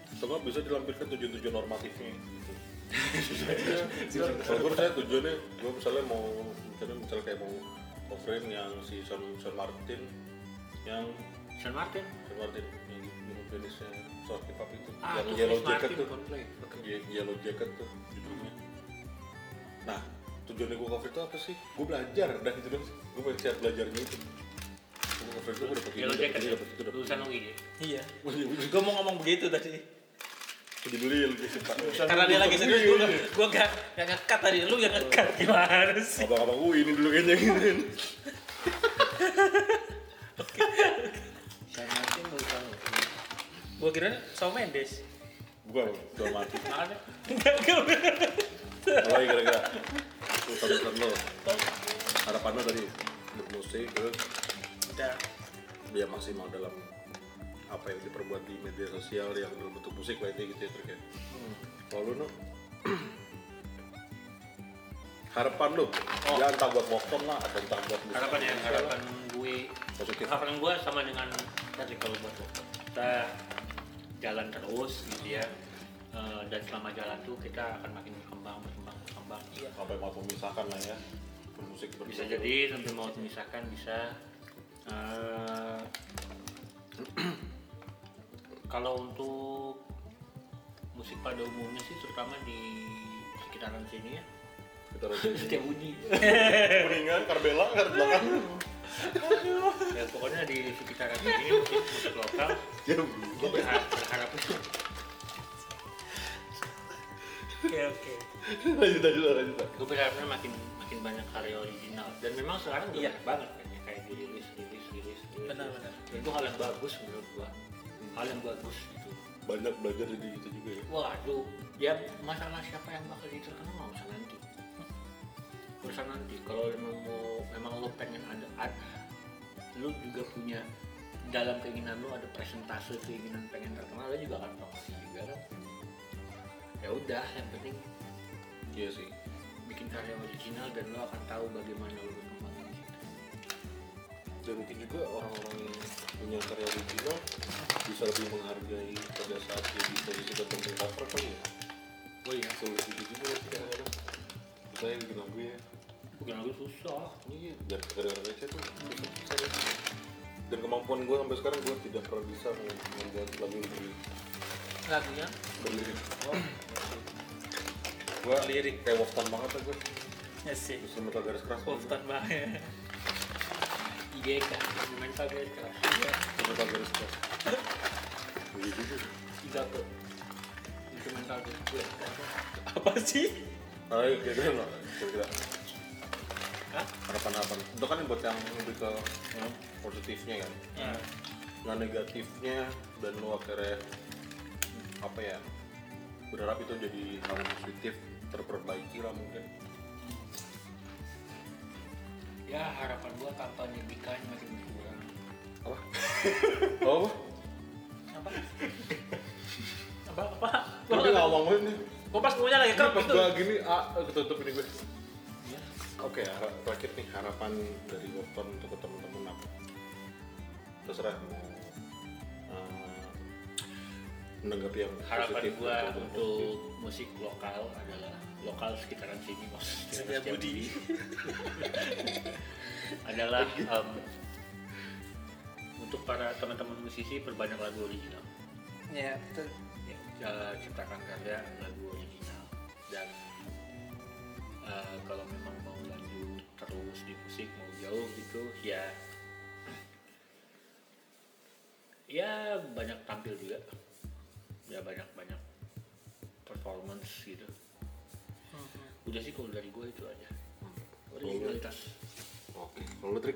Semua bisa dilampirkan tujuan-tujuan normatifnya. Gitu. Kalau gue saya tujuannya, gue misalnya mau misalnya, misalnya kayak mau coverin yang si Sean, Sean Martin, yang Sean Martin. Sean Martin yang yang penisnya South Hip Hop itu, Ah, yang itu Yellow Chris Jacket Martin, tuh, Coldplay. Oke. Ye- Yellow Jacket tuh judulnya. Nah, tujuannya gue cover itu apa sih? Gue belajar, dah gitu dong. Gue pengen siap belajarnya itu. Gue cover itu gue dapet ini, Yellow dapet Jacket ini, ya? dapet itu, dapet Lulusan ini. U I D. Iya. Wah, iya, bener. Gue mau ngomong begitu tadi. Dibeli Yellow Jacket Pak. Karena dia lagi serius, gue gak, gue gak, gak ngekat tadi. Lu yang ngekat gimana sih? Abang-abang U I ini dulu kayaknya gituin. Sean Martin lulusan U I D. Gue kira Shawn Mendes. Bukan, Sean Martin. Makanya Enggak, enggak. Mulai kira-kira urusan-urusan lo, harapan lo tadi bermusik terus Udah. dia maksimal dalam apa yang diperbuat di media sosial yang dalam bentuk musik berarti gitu ya terkait. Hmm. Kalau lo no, harapan lo, Oh. ya entah buat Boston lah atau entah buat musik. harapan ya, harapan gue Positif. harapan gue sama dengan tadi kalau buat lo. Kita jalan terus gitu ya. Eh, dan selama jalan tuh kita akan makin berkembang, berkembang, berkembang. Iya. Sampai mau memisahkan lah ya bermusik bermusik. Bisa jadi sampai mau memisahkan bisa. Eh, kalau untuk musik pada umumnya sih terutama di sekitaran sini ya. Kita rasa Setiap bunyi. kuningan, Karbela, kan belakang. Ya pokoknya di sekitaran sini musik musik lokal. Ya, Gue berharap berharap itu. Oke, oke. lanjut lanjut lanjut. Gue berharapnya makin makin banyak karya original dan memang sekarang udah Iya. banyak banget kan ya kayak dirilis rilis rilis rilis. Benar, benar. Dan itu hal yang bagus menurut gua. Hal yang bagus gitu. Banyak belajar dari itu juga ya. Waduh, ya masalah siapa yang bakal jadi terkenal nggak usah nanti. Urusan nanti. Kalau memang mau memang lo pengen ada ada, lo juga punya dalam keinginan lo ada presentase keinginan pengen terkenal, lo juga akan promosi juga kan. Ya udah, yang penting Iya sih. bikin karya original dan lo akan tahu bagaimana lo berkembang di situ. Dan mungkin juga orang-orang yang punya karya original bisa lebih menghargai pada saat dia bisa disebut tentang cover kali ya. Oh iya, Sulit itu juga kadang-kadang. Saya bikin lagu ya. bukan lagu susah. Iya, biar kadang-kadang aja tuh bisa ya. Dan kemampuan gue sampai sekarang gue tidak pernah bisa membuat lagu yang ber- Lagunya berlirik. oh, Gue lirik kayak Wolftan banget lah gue. ya sih. Bisa metal garis keras. Wolftan banget. I G K, mental garis keras. Metal garis keras. Begitu juga. Tiga tuh. Instrumental garis keras. Apa sih? Ayo kira-kira no, kira-kira Hah? harapan-harapan. Itu kan buat yang lebih ke yang positifnya kan. Ya. Nah negatifnya dan lu akhirnya apa ya berharap itu jadi hal yang positif terperbaiki lah mungkin. Ya harapan gua kampanye Bikanya makin berkurang. Apa? Oh, Apa? Apa? Apa? tapi nggak ngomongin nih. Gue pas ngomongnya lagi Ini kerap pas itu. gua gini, ah, ketutup ini gue. Ya. Oke, har- terakhir nih harapan dari Wolfton untuk teman-teman apa? Terserah mau uh, menanggapi yang Harapan positif gua atau yang untuk positif. musik lokal adalah lokal sekitaran sini maksudnya Setia Budi. adalah em, untuk para teman-teman musisi perbanyak lagu original. Ya, betul. Ya, uh, ciptakan karya lagu original dan uh, kalau memang mau lanjut terus di musik mau jauh gitu ya ya banyak tampil juga ya banyak banyak performance gitu udah sih kalau dari gue itu aja originalitas. Oke, kalau lu Trik?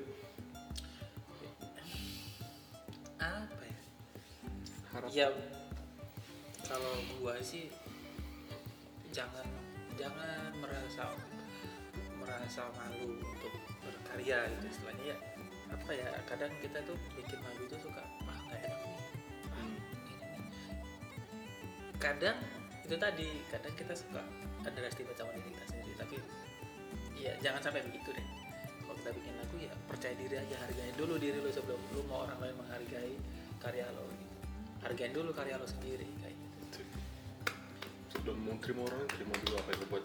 Apa ya? Harap. Ya, kalau gua sih jangan jangan merasa merasa malu untuk berkarya gitu istilahnya ya. Apa ya? Kadang kita tuh bikin lagu tuh suka ah nggak enak nih. Ah, Hmm. ini nih. Kadang itu tadi, kadang kita suka underestimate sama diri kita sendiri, tapi ya jangan sampai begitu deh. Kalau kita bikin lagu ya percaya diri aja, hargai dulu diri lo sebelum lu mau orang lain menghargai karya lo gitu. Hargain dulu karya lo sendiri kayak gitu. udah mau terima orang, terima dulu apa yang lu buat.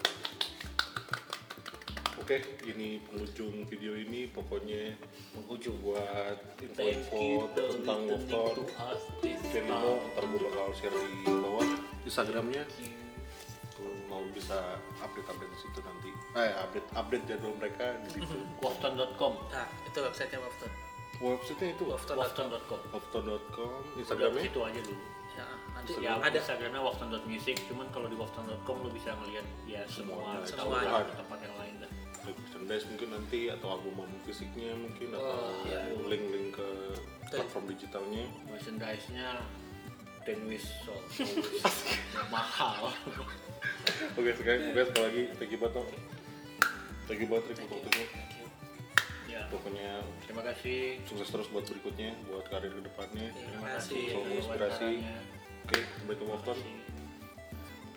Oke, ini penghujung video ini. Pokoknya Penghujung. buat Thank info-info you for tentang listening Wofton to us this Verino, time. ntar gue bakal share di bawah Instagramnya. Kalau mau bisa update-update di situ nanti. Eh, update-update jadwal mereka di situ. Wofton dot com. Nah, itu websitenya Wofton. Website-nya itu Wofton. Wofton dot com. wofton dot com, Udah Instagramnya. itu aja dulu. Ya, nanti Ya, ada Instagramnya wofton dot music, cuman kalau di wofton dot com lu bisa ngeliat ya semua Semua, semua semua. tempat yang lain dah. Merchandise mungkin nanti atau album-album fisiknya mungkin atau Oh, iya. link-link ke platform digitalnya. Merchandise-nya ten wish so mahal. Oke, sekali oke sekali lagi thank you banget. Tom. Thank you banget Rick untuk waktunya. Ya, Pokoknya terima kasih. sukses terus buat berikutnya, buat karir kedepannya. Terima Terima kasih. kasih. Selalu atas inspirasi. wawancaranya. Oke, sampai ke Wofton.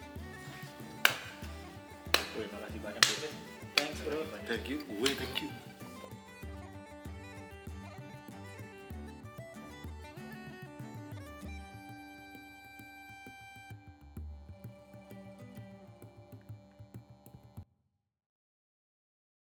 Terima kasih banyak. Thanks bro. Thank you, gue thank you.